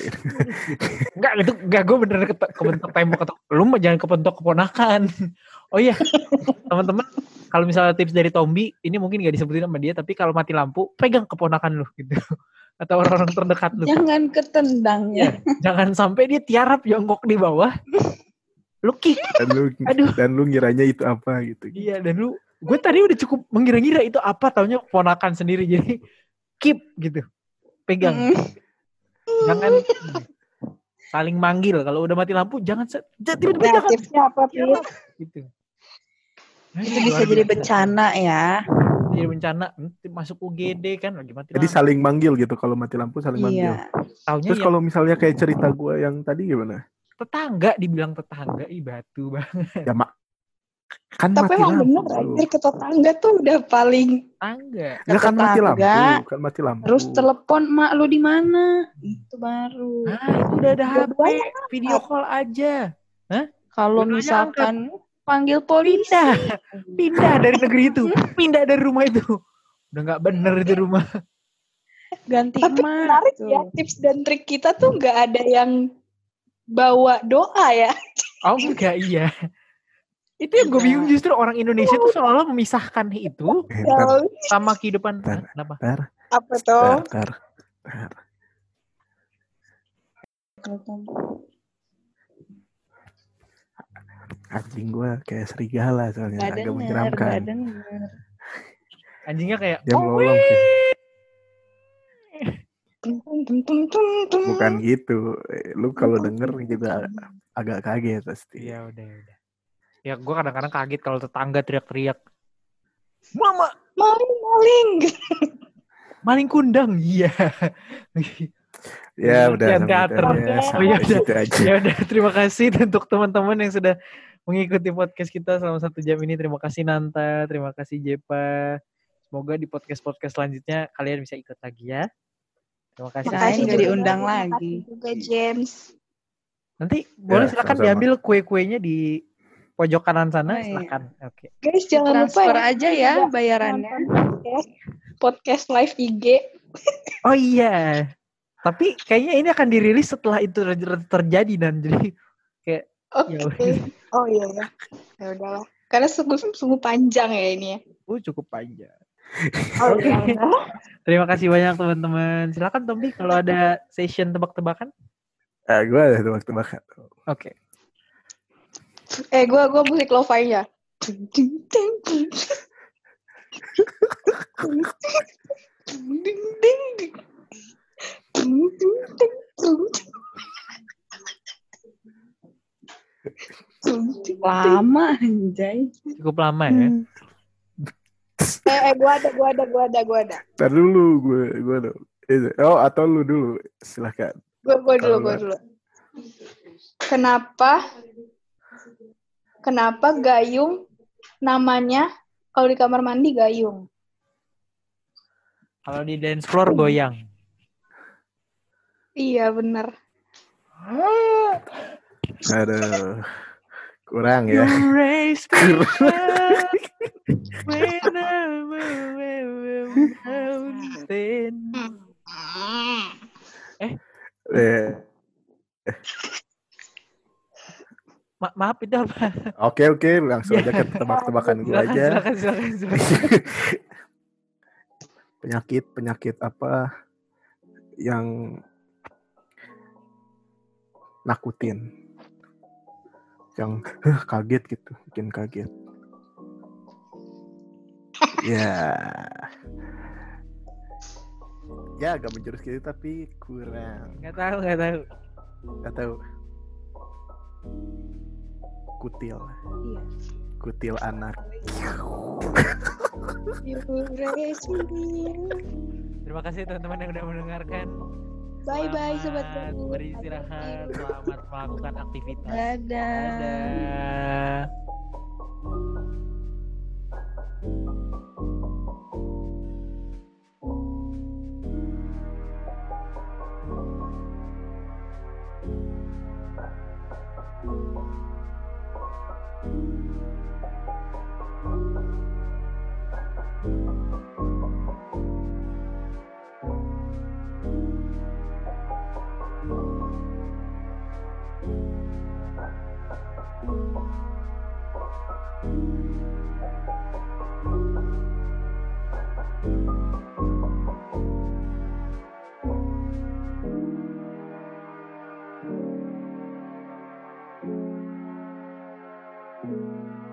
Enggak gue bener kepentok tembok atau lu mah jangan kepentok keponakan. Oh iya, teman-teman, kalau misalnya tips dari Tombi, ini mungkin gak disebutin sama dia, tapi kalau mati lampu, pegang keponakan lu gitu. Atau orang-orang terdekat lu. Jangan ketendang ya. Jangan sampai dia tiarap jongkok di bawah. Lu kick. Dan lu ngiranya itu apa gitu. Iya, dan lu, gue tadi udah cukup mengira-ngira itu apa, taunya ponakan sendiri, jadi keep gitu, pegang. Jangan saling manggil, kalau udah mati lampu jangan tiba-tiba Nah, jangan tipsnya apa Pit? gitu. Itu bisa jadi bencana ya. Jadi bencana, masuk UGD kan lagi mati Jadi lampu. saling manggil gitu, kalau mati lampu saling manggil. Iya. Taunya Terus yang kalau misalnya kayak cerita gue yang tadi gimana? tetangga, dibilang tetangga, batu banget. Ya kan tapi mati emang bener lampu. anjir ke tetangga tuh udah paling. Tetangga. Ya kan mati lampu, Tetangga. kan mati lampu. Terus telepon mak lu di mana? Itu baru. Nah, itu udah ada HP, Dua-duanya video call aja. Kalau Dua-duanya misalkan panggil polisi. Pindah dari negeri itu, pindah dari rumah itu. Udah nggak bener itu rumah. Ganti Tapi emak. menarik tuh. ya, tips dan trik kita tuh nggak ada yang bawa doa ya. Oh enggak, iya. Itu yang gue bingung, justru orang Indonesia tuh seolah memisahkan itu Bentar, sama kehidupan. Bentar. Kenapa? Apa tuh? bentar. Anjing gue kayak serigala soalnya, Nggak agak denger, menyeramkan. nggak denger. Anjingnya kayak Dia melolong sih. Bukan gitu. Lu kalau denger juga agak kaget pasti. Iya udah. Ya gue kadang-kadang kaget kalau tetangga teriak-teriak. Mama, Maling. maling kundang. Iya. Ya udah Latihan teater. sampai Oh, ya udah. situ aja. Ya udah, terima kasih untuk teman-teman yang sudah mengikuti podcast kita selama 1 jam ini. Terima kasih Nanta, terima kasih Jepa. Semoga di podcast-podcast selanjutnya kalian bisa ikut lagi ya. Terima kasih. Makasih nggak diundang Terima lagi. kasih juga James. Nanti boleh silakan sama-sama. diambil kue-kuenya di pojok kanan sana. Oh, iya. Silakan. Oke. Guys jangan lupa Transfer ya. aja ya bayarannya. Nonton podcast live IG. Oh iya. Tapi kayaknya ini akan dirilis setelah itu terjadi dan jadi kayak Oke. ya udah. Oh iya ya. Ya udahlah. Karena sungguh panjang ya ini ya. Cukup panjang. Oh Oke. iya. Terima kasih banyak teman-teman. Silakan Tombi kalau ada session tebak-tebakan. Gue ada tebak-tebakan. Oke. Gue musik lo-fi-nya. Lama anjay. Cukup lama ya. Gua ada. Ntar dulu gue dulu. Oh, atau lu dulu. Silahkan. Gue dulu. Kenapa gayung namanya kalau di kamar mandi gayung? Kalau di dance floor goyang. Iya benar. Aduh. Kurang ya. Maaf itu apa? Oke, langsung aja ke tebak-tebakan gue aja. Silakan. Penyakit apa yang nakutin, yang kaget gitu, bikin kaget. Ya agak menjurus gitu tapi kurang. Nggak tahu. Kutil. Iya. Kutil anak. Terima kasih teman-teman yang udah mendengarkan. Bye sobat Selamat beristirahat, selamat melakukan aktivitas. Dadah. Dadah.